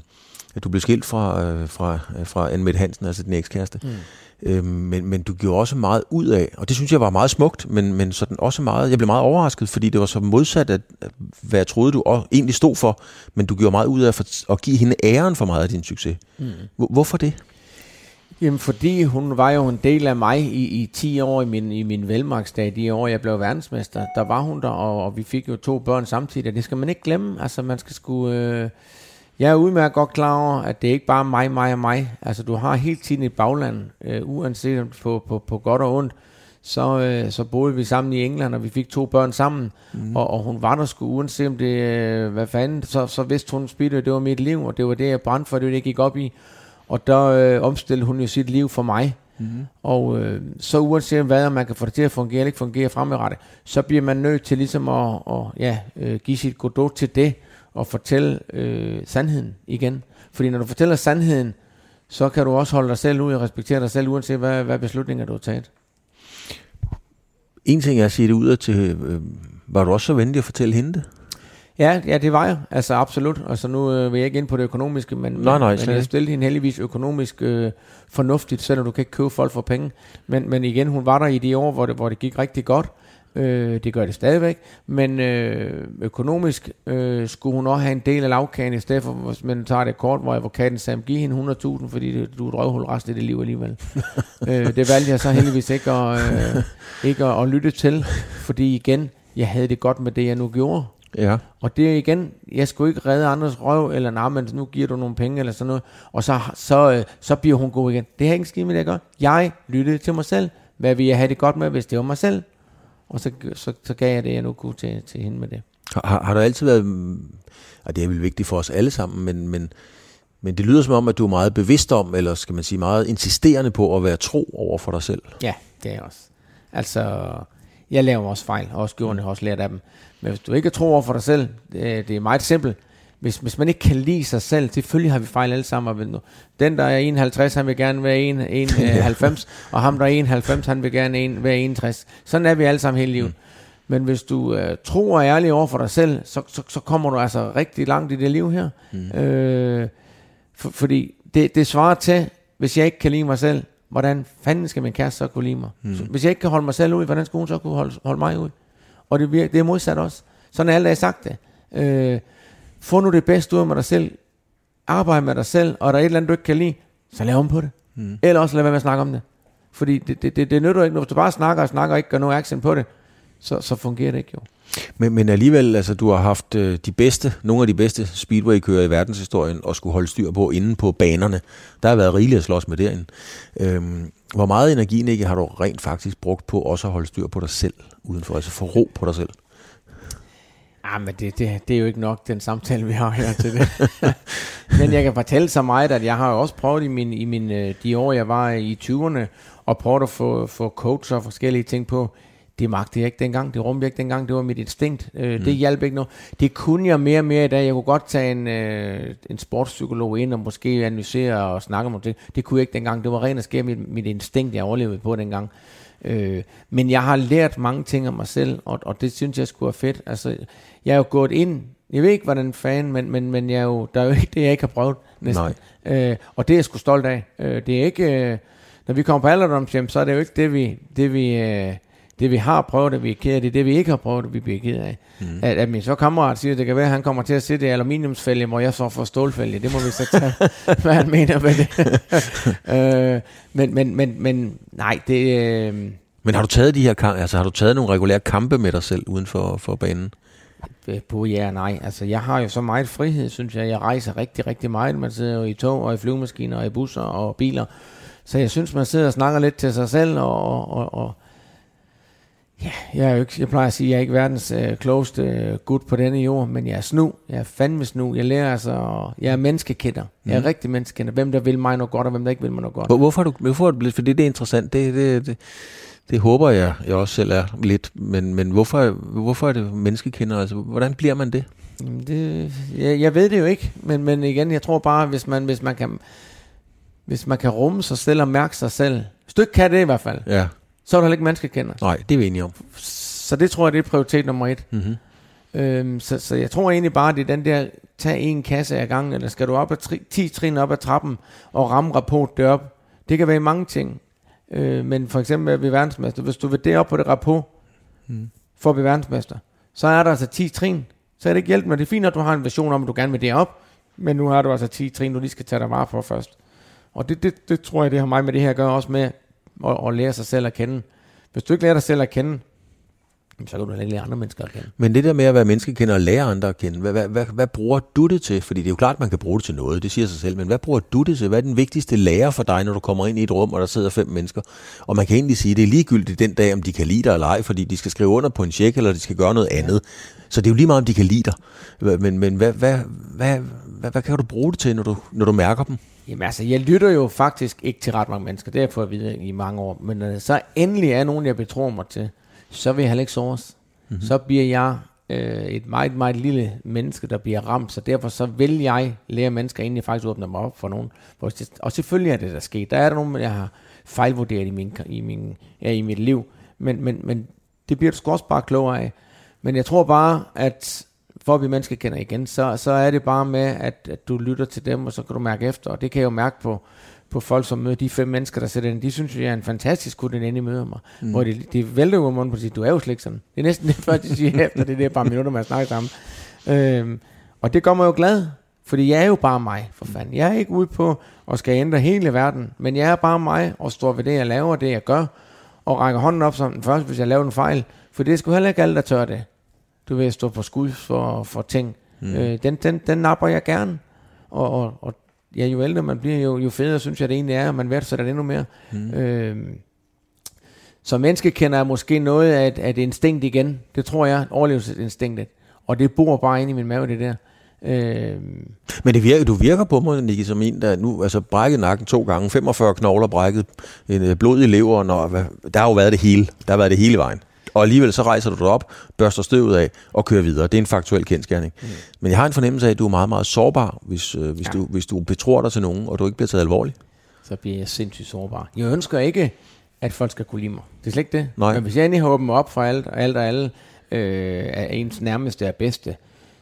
at du blev skilt fra, øh, fra, øh, fra Anne-Mette Hansen, altså din ekskæreste. Mm. Øhm, men, men du gjorde også meget ud af, og det synes jeg var meget smukt, men, men sådan også meget, jeg blev meget overrasket, fordi det var så modsat, at, hvad jeg troede, du også egentlig stod for, men du gjorde meget ud af at, for, at give hende æren for meget af din succes. Mm. Hvor, hvorfor det? Jamen, fordi hun var jo en del af mig i, i ti år i min, i min velmarksdag, de år, jeg blev verdensmester. Der var hun der, og, og vi fik jo to børn samtidig, det skal man ikke glemme. Altså, man skal sgu... Øh, jeg er udmærket godt klar over, at det ikke bare er mig, mig og mig. Altså, du har hele tiden et bagland, øh, uanset på, på, på godt og ondt. Så, øh, så boede vi sammen i England, og vi fik to børn sammen, mm. og, og hun var der sgu, uanset om det, øh, hvad fanden, så, så vidste hun, Speedway, det var mit liv, og det var det, jeg brændte for, det var det, jeg gik op i. Og der øh, omstillede hun jo sit liv for mig. Mm-hmm. Og øh, så uanset hvad, man kan få det til at fungere eller ikke fungere fremadrettet, så bliver man nødt til ligesom at, at ja, øh, give sit godot til det, og fortælle øh, sandheden igen. Fordi når du fortæller sandheden, så kan du også holde dig selv ud og respektere dig selv, uanset hvad, hvad beslutninger du har taget. En ting er at sige det ud til, øh, var du også så venlig at fortælle hende det? Ja, ja, det var jeg. Altså absolut. Altså nu øh, vil jeg ikke ind på det økonomiske, men, nej, nej, men jeg stillede hende heldigvis økonomisk øh, fornuftigt, selvom du kan ikke købe folk for penge. Men, men igen, hun var der i de år, hvor det, hvor det gik rigtig godt. Øh, det gør det stadigvæk. Men øh, økonomisk øh, skulle hun også have en del af lavkagen, i stedet for, hvis man tager det kort, hvor advokaten sagde, giv hende hundrede tusind, fordi det, du er et røvhul resten af dit liv alligevel. øh, det valgte jeg så heldigvis ikke at, øh, ikke at, at lytte til, fordi igen, jeg havde det godt med det, jeg nu gjorde. Ja. Og det er igen, jeg skulle ikke redde andres røv, eller nej, men nu giver du nogle penge, eller sådan noget, og så, så, øh, så bliver hun god igen. Det har ikke skidt med det, jeg gør. Jeg lyttede til mig selv. Hvad vil jeg have det godt med, hvis det var mig selv? Og så, så, så gav jeg det, jeg nu kunne til, til hende med det. Har, har der altid været, og det er vel vigtigt for os alle sammen, men, men, men det lyder som om, at du er meget bevidst om, eller skal man sige meget insisterende på at være tro over for dig selv. Ja, det er jeg også. Altså, jeg laver også fejl, og også gjorde, jeg har også lært af dem. Men hvis du ikke er tro over for dig selv, det, det er meget simpelt. Hvis, hvis man ikke kan lide sig selv, selvfølgelig har vi fejl alle sammen. Den, der er enoghalvtreds, han vil gerne være en komma halvfems, og ham, der er enoghalvfems, han vil gerne en, være enogtres. Sådan er vi alle sammen hele livet. Mm. Men hvis du øh, tror og er ærlig over for dig selv, så, så, så kommer du altså rigtig langt i det liv her. Mm. Øh, for, fordi det, det svarer til, hvis jeg ikke kan lide mig selv, hvordan fanden skal min kæreste så kunne lide mig? Mm. Så, hvis jeg ikke kan holde mig selv ud, hvordan skal hun så kunne holde, holde mig ud? Og det, virker, det er modsat også. Sådan er alle dage sagt det. Øh, få nu det bedste ud af dig selv. Arbejde med dig selv, og der er et eller andet, du ikke kan lide, så lav om på det. Mm. Eller også lad være med at snakke om det. Fordi det, det, det, det nytter ikke, når du bare snakker og snakker og ikke gør nogen action på det, så, så fungerer det ikke jo. Men, men alligevel, altså du har haft øh, de bedste, nogle af de bedste speedway-kører i verdenshistorien, og skulle holde styr på inde på banerne. Der har været rigeligt at slås med derinde. Øhm, hvor meget energi, Nicky, har du rent faktisk brugt på også at holde styr på dig selv udenfor, altså få ro på dig selv? Ah, men det, det, det er jo ikke nok, den samtale, vi har her til det. Men jeg kan fortælle så meget, at jeg har også prøvet i, min, i min, de år, jeg var i tyverne, og prøvet at få, få coach og forskellige ting på. Det magtede jeg ikke dengang, det rumte jeg ikke dengang, det var mit instinkt. Øh, mm. Det hjalp ikke noget. Det kunne jeg mere og mere i dag. Jeg kunne godt tage en, øh, en sportspsykolog ind og måske analysere og snakke om det. Det kunne jeg ikke dengang. Det var rent og skær mit, mit instinkt, jeg overlevede på dengang. Øh, men jeg har lært mange ting om mig selv, og, og det synes jeg skulle være fedt. Altså, jeg er jo gået ind, jeg ved ikke, hvordan fan, men, men, men jeg er jo, der er jo ikke det, jeg ikke har prøvet næsten. Øh, og det er jeg sgu stolt af. Øh, det er ikke, øh, når vi kommer på alderdomshjem, så er det jo ikke det, vi, det, vi, øh, det, vi har prøvet, det vi er ked af. Det er det, vi ikke har prøvet, det vi bliver ked af. Mm. At, at min så kammerat siger, at det kan være, at han kommer til at sidde i aluminiumsfælge, hvor jeg så får stålfælge. Det må vi så tage, hvad han mener med det. øh, men, men, men, men nej, det... Øh, Men har du taget de her, altså har du taget nogle regulære kampe med dig selv uden for, for banen? På ja og nej. Altså jeg har jo så meget frihed, synes jeg. Jeg rejser rigtig, rigtig meget. Man sidder jo i tog og i flyvemaskiner og i busser og biler. Så jeg synes, man sidder og snakker lidt til sig selv. Og, og, og ja, jeg, er jo ikke, jeg plejer at sige, at jeg er ikke verdens øh, klogeste øh, gut på denne jord, men jeg er snu. Jeg er fandme snu. Jeg lærer altså, jeg er menneskekender. Jeg er mm. rigtig menneskekender. Hvem der vil mig noget godt, og hvem der ikke vil mig noget godt. Hvorfor er du, hvorfor er det, fordi det er interessant. Det, det, det Det håber jeg, jeg også selv er lidt, men, men hvorfor, hvorfor er det menneskekender? Altså, hvordan bliver man det? det jeg, jeg ved det jo ikke, men, men igen, jeg tror bare, hvis man, hvis man kan, hvis man kan rumme sig selv og mærke sig selv, hvis du ikke kan det i hvert fald, ja. så er du heller ikke menneskekender. Nej, det er vi enige om. Så det tror jeg, det er prioritet nummer et. Mm-hmm. Øhm, så, så jeg tror egentlig bare, det er den der, tag en kasse ad gangen, eller skal du op ad tri, ti trin op ad trappen og ramme rapport derop. Det kan være mange ting. Øh, men for eksempel at blive verdensmester, hvis du vil derop på det rapport, mm. for at blive verdensmester, så er der altså ti trin. Så er det ikke hjælp med. Det er fint, at du har en version om, at du gerne vil derop, men nu har du altså ti trin, du lige skal tage dig vare på først. Og det, det, det tror jeg, det har mig med det her at gøre, også med at, at lære sig selv at kende. Hvis du ikke lærer dig selv at kende, så kan du ikke lære andre mennesker at kende. Men det der med at være menneskekender og lære andre at kende, hvad, hvad, hvad, hvad bruger du det til? Fordi det er jo klart, at man kan bruge det til noget, det siger sig selv, men hvad bruger du det til? Hvad er den vigtigste lærer for dig, når du kommer ind i et rum, og der sidder fem mennesker? Og man kan egentlig sige, at det er ligegyldigt den dag, om de kan lide dig eller ej, fordi de skal skrive under på en check, eller de skal gøre noget andet. Så det er jo lige meget, om de kan lide dig. Men, men hvad, hvad, hvad, hvad, hvad kan du bruge det til, når du, når du mærker dem? Jamen altså, jeg lytter jo faktisk ikke til ret mange mennesker, det har jeg fået at vide i mange år, men uh, så endelig er nogen, jeg betror mig til, så vil jeg heller ikke såres. Mm-hmm. Så bliver jeg øh, et meget, meget lille menneske, der bliver ramt, så derfor så vil jeg lære mennesker, inden jeg faktisk åbner mig op for nogen. Og selvfølgelig er det, der sket. Der er der nogen, jeg har fejlvurderet i, min, i, min, ja, i mit liv, men, men, men det bliver du sgu også bare klogere af. Men jeg tror bare, at for at vi mennesker kender igen, så, så er det bare med, at, at du lytter til dem, og så kan du mærke efter. Og det kan jeg jo mærke på, på folk, som møder de fem mennesker, der sætter ind. De synes, jeg er en fantastisk kunne den ende møder mig. Mm. Hvor de, de vælter jo munden på at sige, du er jo slet ikke sådan. Det er næsten det, før de siger efter det der par minutter, man snakker sammen. Øhm, og det gør mig jo glad, fordi jeg er jo bare mig, for fanden. Jeg er ikke ude på at skal ændre hele verden, men jeg er bare mig, og står ved det, jeg laver, det jeg gør, og rækker hånden op som den første, hvis jeg laver en fejl. For det er sgu heller ikke alle, der tør det. Du vil stå på skud for, for ting. Mm. Øh, den, den, den napper jeg gerne. Og, og, og ja, jo ældre man bliver, jo, jo federe synes jeg det egentlig er, og man værdsætter det endnu mere. Mm. Øh, så menneskekender er måske noget af et, af et instinkt igen. Det tror jeg, overlevelsesinstinktet. Og det bor bare inde i min mave, det der. Øh, Men det virker, du virker på mig, Nicky, som en, der nu altså brækket nakken to gange, femogfyrre knogler brækket, en blod i leveren, og der har jo været det hele. Der har været det hele vejen. Og alligevel så rejser du dig op, børster støvet af og kører videre. Det er en faktuel kendsgerning. Mm. Men jeg har en fornemmelse af, at du er meget, meget sårbar, hvis, øh, hvis, ja. du, hvis du betror dig til nogen, og du ikke bliver taget alvorligt. Så bliver jeg sindssygt sårbar. Jeg ønsker ikke, at folk skal kunne lide mig. Det er slet ikke det. Nej. Men hvis jeg endelig har åbnet op for alt, og alt og alle øh, er ens nærmeste og bedste,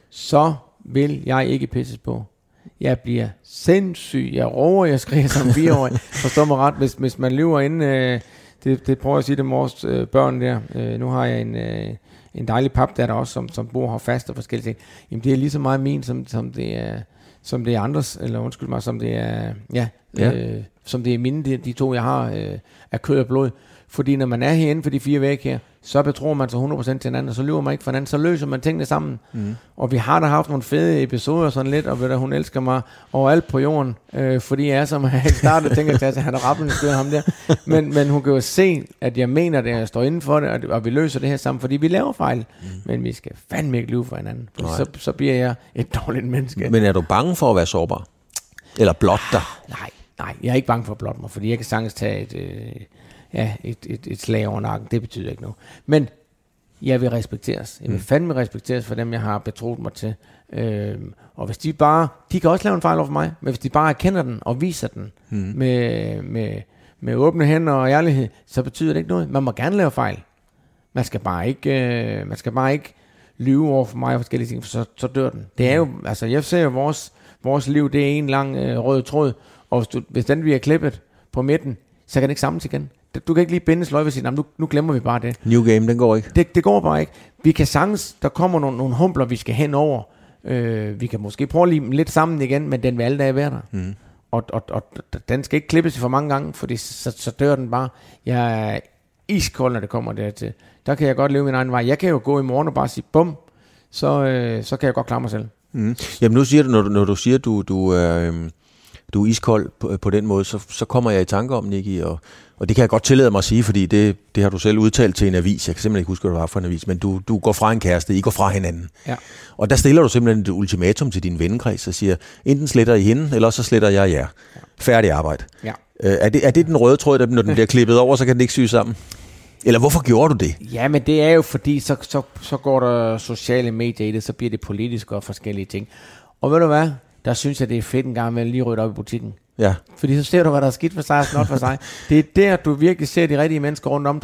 så vil jeg ikke pisses på. Jeg bliver sindssyg. Jeg råber, jeg skriger som fireårig. Forstår mig ret. Hvis, hvis man lever inde... Øh, Det, det prøver jeg at sige til vores øh, børn der. Øh, nu har jeg en, øh, en dejlig pap der også, som, som bor her fast og forskellige ting. Jamen det er lige så meget min, som, som, det er, som det er andres, eller undskyld mig, som det er, ja, ja. Øh, som det er mine, de, de to jeg har, øh, af kød og blod. Fordi når man er herinde for de fire vægge her, så betror man sig hundrede procent til hinanden, og så lyver man ikke for hinanden, så løser man tingene sammen. Mm. Og vi har da haft nogle fede episoder sådan lidt, og ved du, hun elsker mig overalt på jorden, øh, fordi jeg er som jeg startede og tænker, at han er rappelende skød ham der. Men, men hun kan jo se, at jeg mener det, og jeg står inden for det, og, og vi løser det her sammen, fordi vi laver fejl. Mm. Men vi skal fandme ikke lyve for hinanden, for så, så bliver jeg et dårligt menneske. Men er du bange for at være sårbar? Eller blot dig? Nej, nej, jeg er ikke bange for at blotte mig, fordi jeg kan sagtens tage et... Øh, Ja, et, et, et slag over nakken, det betyder ikke noget. Men jeg vil respekteres. Jeg vil mm. fandme respekteres for dem, jeg har betroet mig til. Øhm, og hvis de bare, de kan også lave en fejl over for mig, men hvis de bare erkender den og viser den mm. med, med, med åbne hænder og ærlighed, så betyder det ikke noget. Man må gerne lave fejl. Man skal bare ikke, øh, man skal bare ikke lyve over for mig og forskellige ting, for så, så dør den. Det er jo, altså jeg ser jo vores, vores liv, det er en lang øh, rød tråd, og hvis, du, hvis den bliver klippet på midten, så kan den ikke samles igen. Du kan ikke lige binde sløjfe og sige, nu, nu glemmer vi bare det. New game, den går ikke. Det, det går bare ikke. Vi kan sagtens, der kommer nogle, nogle humpler, vi skal hen over. Øh, vi kan måske prøve at lime lidt sammen igen, men den vil alle dage være der. Mm. Og, og, og den skal ikke klippes for mange gange, fordi så, så dør den bare. Jeg er iskold, når det kommer dertil. Der kan jeg godt leve min egen vej. Jeg kan jo gå i morgen og bare sige, bum, så, øh, så kan jeg godt klare mig selv. Mm. Jamen nu siger du, når du, når du siger, du, du er... Øh, du er iskold på, på den måde, så, så kommer jeg i tanke om, Nicky, og, og det kan jeg godt tillade mig at sige, fordi det, det har du selv udtalt til en avis. Jeg kan simpelthen ikke huske, hvad det var for en avis, men du, du går fra en kæreste, I går fra hinanden. Ja. Og der stiller du simpelthen et ultimatum til din vennekreds og siger, enten sletter I hende, eller så sletter jeg jer. Ja. Færdig arbejde. Ja. Øh, er, det, er det den røde tråd, der, når den bliver klippet over, så kan den ikke syge sammen? Eller hvorfor gjorde du det? Ja, men det er jo fordi, så, så, så går der sociale medier i det, så bliver det politisk og forskellige ting. Og ved du hvad? Der synes jeg, det er fedt en gang med lige rydde op i butikken. Ja. Fordi så ser du, hvad der er skidt for sig og snot for sig. Det er der, du virkelig ser de rigtige mennesker rundt om dig.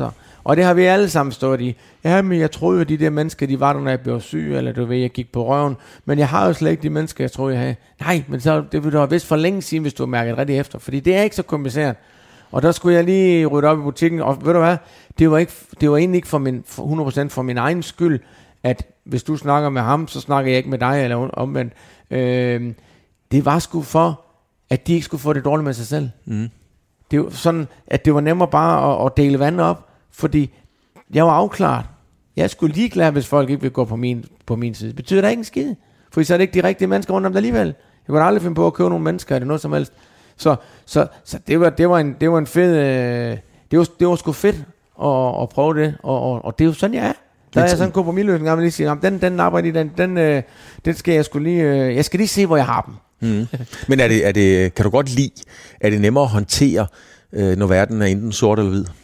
Og det har vi alle sammen stået i. Ja, men jeg troede, at de der mennesker, de var der, når jeg blev syg, eller du ved, jeg gik på røven. Men jeg har jo slet ikke de mennesker, jeg troede, jeg havde. Nej, men så, det vil du have vidst for længe siden, hvis du har mærket rigtig efter. Fordi det er ikke så kompliceret. Og der skulle jeg lige rydde op i butikken, og ved du hvad, det var, ikke, det var egentlig ikke for min, for hundrede procent for min egen skyld, at hvis du snakker med ham, så snakker jeg ikke med dig, eller omvendt. Øh, det var sgu for, at de ikke skulle få det dårligt med sig selv. Mm. Det var sådan, at det var nemmere bare at, at dele vand op, fordi jeg var afklaret. Jeg skulle ligeglad, hvis folk ikke ville gå på min, på min side. Det betyder da ikke en skid, for så er det ikke de rigtige mennesker rundt om det alligevel. Jeg kunne aldrig finde på at købe nogle mennesker, eller noget som helst. Så, så, så det, var, det, var en, det var en fed... Øh, det, var, det var sgu fedt at, at prøve det, og, og, og det er jo sådan, jeg er. Der er sådan en kompromisløsning, og man lige siger, den, den arbejder i den, den, øh, den skal jeg skulle lige... Øh, jeg skal lige se, hvor jeg har dem. Mm. Men er det, er det, kan du godt lide, er det nemmere at håndtere, øh, når verden er enten sort eller hvid?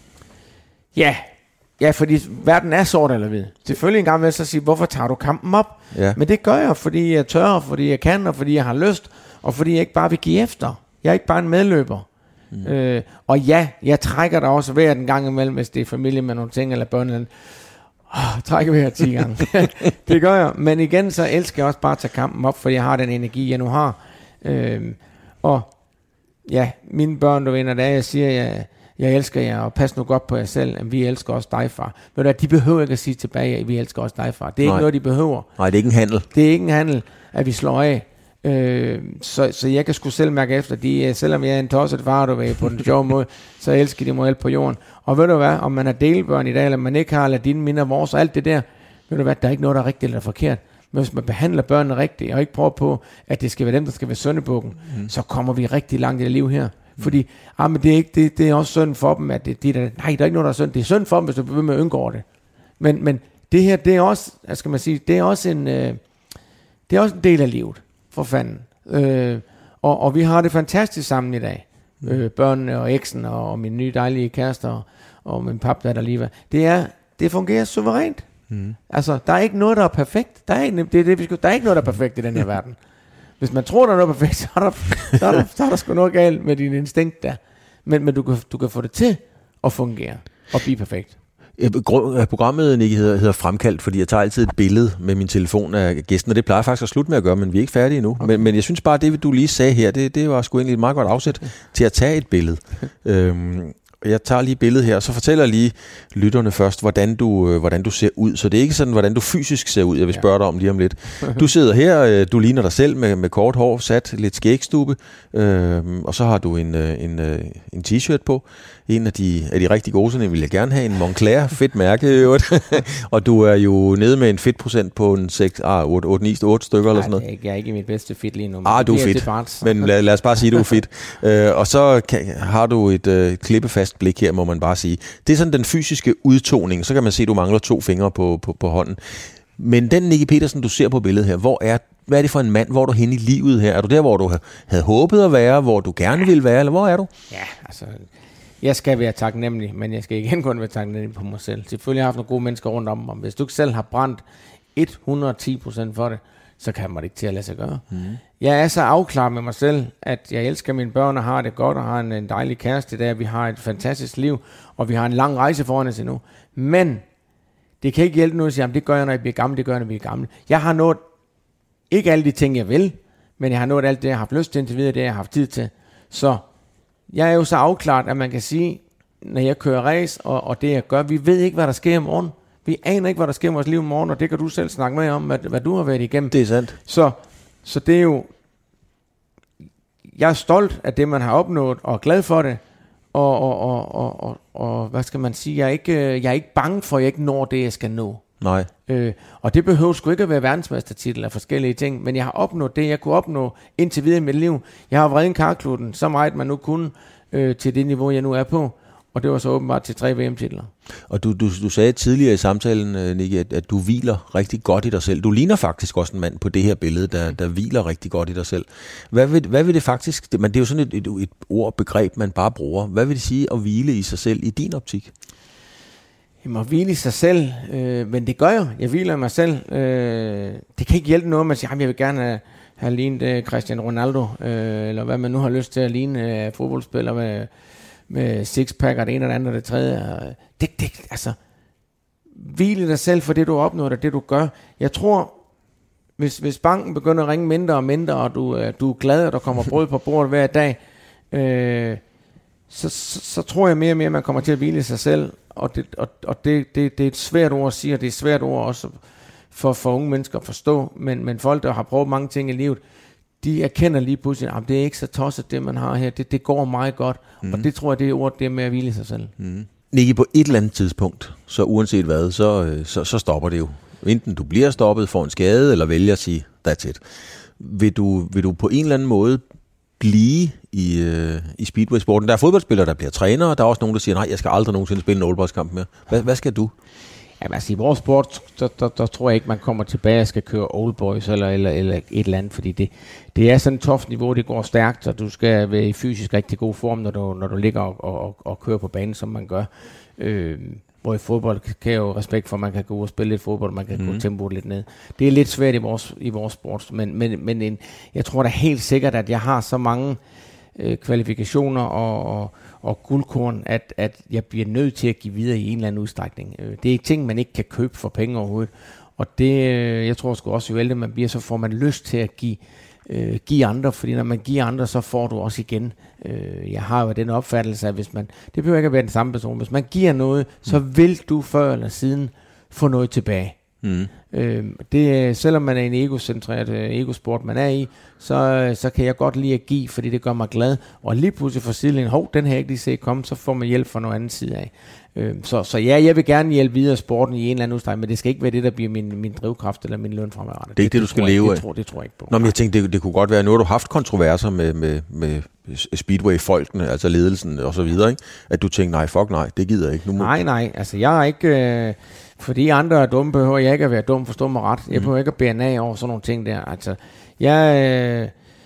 Ja, ja, fordi verden er sort eller hvid. Selvfølgelig en gang med så sige, hvorfor tager du kampen op? Ja. Men det gør jeg, fordi jeg tør, fordi jeg kan, og fordi jeg har lyst, og fordi jeg ikke bare vil give efter. Jeg er ikke bare en medløber. Mm. Øh, og ja, jeg trækker der også hver den gang imellem, hvis det er familie med nogle ting, eller børn, eller oh, trækker hver ti gange. Det gør jeg. Men igen, så elsker jeg også bare at tage kampen op, fordi jeg har den energi, jeg nu har. Øh, og ja, mine børn, du ved, når jeg siger, jeg, jeg elsker jer, og pas nu godt på jer selv, at vi elsker også dig, far. Men der, de behøver ikke at sige tilbage, at vi elsker også dig, far. Det er Nej. Ikke noget, de behøver. Nej, det er ikke en handel. Det er ikke en handel, at vi slår af. Øh, så, så jeg kan sgu selv mærke efter, de, selvom jeg er en tosset far, du ved, på den sjove måde, så elsker de mig helt på jorden. Og ved du hvad, om man har delbørn i dag, eller man ikke har, eller dine minder, vores, og alt det der, ved du hvad, der er ikke noget, der er rigtigt eller forkert. Men hvis man behandler børnene rigtigt, og ikke prøver på, at det skal være dem, der skal være søndebukken, mm. så kommer vi rigtig langt i det liv her. Mm. Fordi, ah, men det er, ikke, det, det er også synd for dem, at det, det der, nej, der er ikke noget, der er synd. Det er synd for dem, hvis du bliver med at ynke over det. Men, men det her, det er også, hvad skal man sige, det er også en, øh, det er også en del af livet, for fanden. Øh, og, og vi har det fantastisk sammen i dag. Mm. Øh, børnene og eksen og, og mine nye dejlige kærester og, og min papdatter der lige var. Det er, det fungerer suverænt. Mm. Altså, der er ikke noget, der er perfekt. Der er ikke, det er det, vi skal, der er ikke noget, der er perfekt i den her verden. Hvis man tror, der er noget perfekt, så er der, så er der, så er der sgu noget galt med din instinkt der. Men, men du, kan, du kan få det til at fungere og blive perfekt. Programmet, Nicky, hedder, hedder Fremkaldt, fordi jeg tager altid et billede med min telefon af gæsten, og det plejer jeg faktisk at slutte med at gøre, men vi er ikke færdige endnu. Okay. Men, men jeg synes bare, det du lige sagde her, det, det var sgu egentlig et meget godt afsæt til at tage et billede. øhm, Jeg tager lige billedet her, og så fortæller jeg lige lytterne først, hvordan du, hvordan du ser ud. Så det er ikke sådan, hvordan du fysisk ser ud, jeg vil spørge dig om lige om lidt. Du sidder her, du ligner dig selv med, med kort hår, sat lidt skægstube, øh, og så har du en, en, en t-shirt på. En af de, af de rigtig gode, sådan vil jeg gerne have, en Moncler, fedt mærke i øvrigt. Og du er jo nede med en fedtprocent på en seks, otte, ni, otte stykker eller sådan noget. Nej, jeg er ikke i mit bedste fedt lige nu. Ah, du er fedt, men lad, lad os bare sige, at du er fedt. øh, og så kan, har du et øh, klippefast blik her, må man bare sige. Det er sådan den fysiske udtoning. Så kan man se, at du mangler to fingre på, på, på hånden. Men den Nicky Petersen, du ser på billedet her, hvor er, hvad er det for en mand? Hvor er du henne i livet her? Er du der, hvor du havde håbet at være, hvor du gerne ville være, eller hvor er du? Ja, altså, jeg skal være taknemmelig, men jeg skal igen kun være taknemmelig på mig selv. Selvfølgelig har jeg haft nogle gode mennesker rundt om mig. Hvis du ikke selv har brændt et hundrede og ti procent for det, så kan man det ikke til at lade sig gøre. Mm. Jeg er så afklaret med mig selv, at jeg elsker mine børn og har det godt, og har en, en dejlig kæreste der. Vi har et fantastisk liv, og vi har en lang rejse foran os endnu. Men det kan ikke hjælpe noget at sige, det gør jeg, når jeg bliver gammel, det gør jeg, når jeg bliver gammel. Jeg har nået, ikke alle de ting, jeg vil, men jeg har nået alt det, jeg har haft lyst til indtil videre, det jeg har haft tid til. Så jeg er jo så afklaret, at man kan sige, når jeg kører race, og, og det jeg gør, vi ved ikke, hvad der sker i morgen. Vi aner ikke, hvad der sker i vores liv i morgen, og det kan du selv snakke med om, hvad, hvad du har været igennem. Det er sandt. Så, så det er jo, jeg er stolt af det, man har opnået, og er glad for det, og, og, og, og, og, og hvad skal man sige, jeg er, ikke, jeg er ikke bange for, at jeg ikke når det, jeg skal nå. Nej. Øh, og det behøver sgu ikke at være verdensmestertitel af forskellige ting, men jeg har opnået det, jeg kunne opnå indtil videre i mit liv. Jeg har vredet en karkluden så meget, man nu kunne øh, til det niveau, jeg nu er på. Og det var så åbenbart til tre V M-titler. Og du, du, du sagde tidligere i samtalen, Nicky, at, at du hviler rigtig godt i dig selv. Du ligner faktisk også en mand på det her billede, der, der hviler rigtig godt i dig selv. Hvad vil, hvad vil det faktisk... Det, men det er jo sådan et, et, et ord, begreb, man bare bruger. Hvad vil det sige at hvile i sig selv i din optik? Jeg må hvile i sig selv, øh, men det gør jeg. Jeg hviler i mig selv. Øh, det kan ikke hjælpe noget, man siger, jeg vil gerne have, have lignet uh, Cristiano Ronaldo, øh, eller hvad man nu har lyst til at ligne uh, fodboldspiller med... med sixpack og det ene og det andet og det tredje. Det, det, altså, hvile dig selv for det, du opnår og det, du gør. Jeg tror, hvis, hvis banken begynder at ringe mindre og mindre, og du, du er glad, og der kommer brød på bordet hver dag, øh, så, så, så tror jeg mere og mere, at man kommer til at hvile sig selv. Og, det, og, og det, det, det er et svært ord at sige, og det er et svært ord også for, for unge mennesker at forstå. Men, men folk, der har prøvet mange ting i livet, de erkender lige pludselig, at det er ikke så tosset, det man har her. Det, det går meget godt. Mm. Og det tror jeg, det er ordet, det med at hvile sig selv. Mm. Nicky, på et eller andet tidspunkt, så uanset hvad, så, så, så stopper det jo. Enten du bliver stoppet, får en skade, eller vælger at sige, that's it. Vil du, vil du på en eller anden måde blive i, øh, i speedway-sporten? Der er fodboldspillere, der bliver trænere, der er også nogen, der siger, nej, jeg skal aldrig nogensinde spille en oldboys-kamp mere. Hvad, hvad skal du? Jamen altså i vores sport, der, der, der tror jeg ikke, man kommer tilbage og skal køre oldboys eller, eller, eller et eller andet, fordi det, det er sådan et toft niveau, det går stærkt, og du skal være i fysisk rigtig god form, når du, når du ligger og, og, og kører på banen, som man gør. Øh, hvor i fodbold kan jeg jo respekt for, at man kan gå ud og spille lidt fodbold, man kan mm. gå tempoet lidt ned. Det er lidt svært i vores, i vores sport, men, men, men en, jeg tror da helt sikkert, at jeg har så mange øh, kvalifikationer og, og, og guldkorn, at, at jeg bliver nødt til at give videre i en eller anden udstrækning. Øh, det er ting, man ikke kan købe for penge overhovedet, og det, øh, jeg tror sgu også, jo ældre man bliver, så får man lyst til at give Øh, give andre, fordi når man giver andre, så får du også igen. Øh, jeg har jo den opfattelse, at hvis man, det behøver ikke at være den samme person, hvis man giver noget, mm. så vil du før eller siden få noget tilbage. Mm. Øh, det, selvom man er en egocentreret øh, egosport, man er i, så, så kan jeg godt lide at give, fordi det gør mig glad. Og lige pludselig for sidelinjen, hov, den har jeg ikke lige set komme, så får man hjælp fra noget andet side af. Øh, så, så ja, jeg vil gerne hjælpe videre sporten i en eller anden udstrækning, men det skal ikke være det, der bliver min, min drivkraft eller min løn fremadrettet. Det er ikke det, det du skal leve jeg, af? Det tror, det tror jeg ikke på. Nå, men jeg tænkte, det, det kunne godt være, nu har du haft kontroverser med, med, med Speedway-folkene, altså ledelsen og så videre, ikke? At du tænkte, nej, fuck nej, det gider jeg ikke. Nu må... Nej, nej, altså jeg er ikke... Øh, fordi andre er dumme, behøver jeg ikke at være dum, forstå mig ret. Jeg mm. behøver ikke at bære af over sådan nogle ting der. Altså, jeg, øh,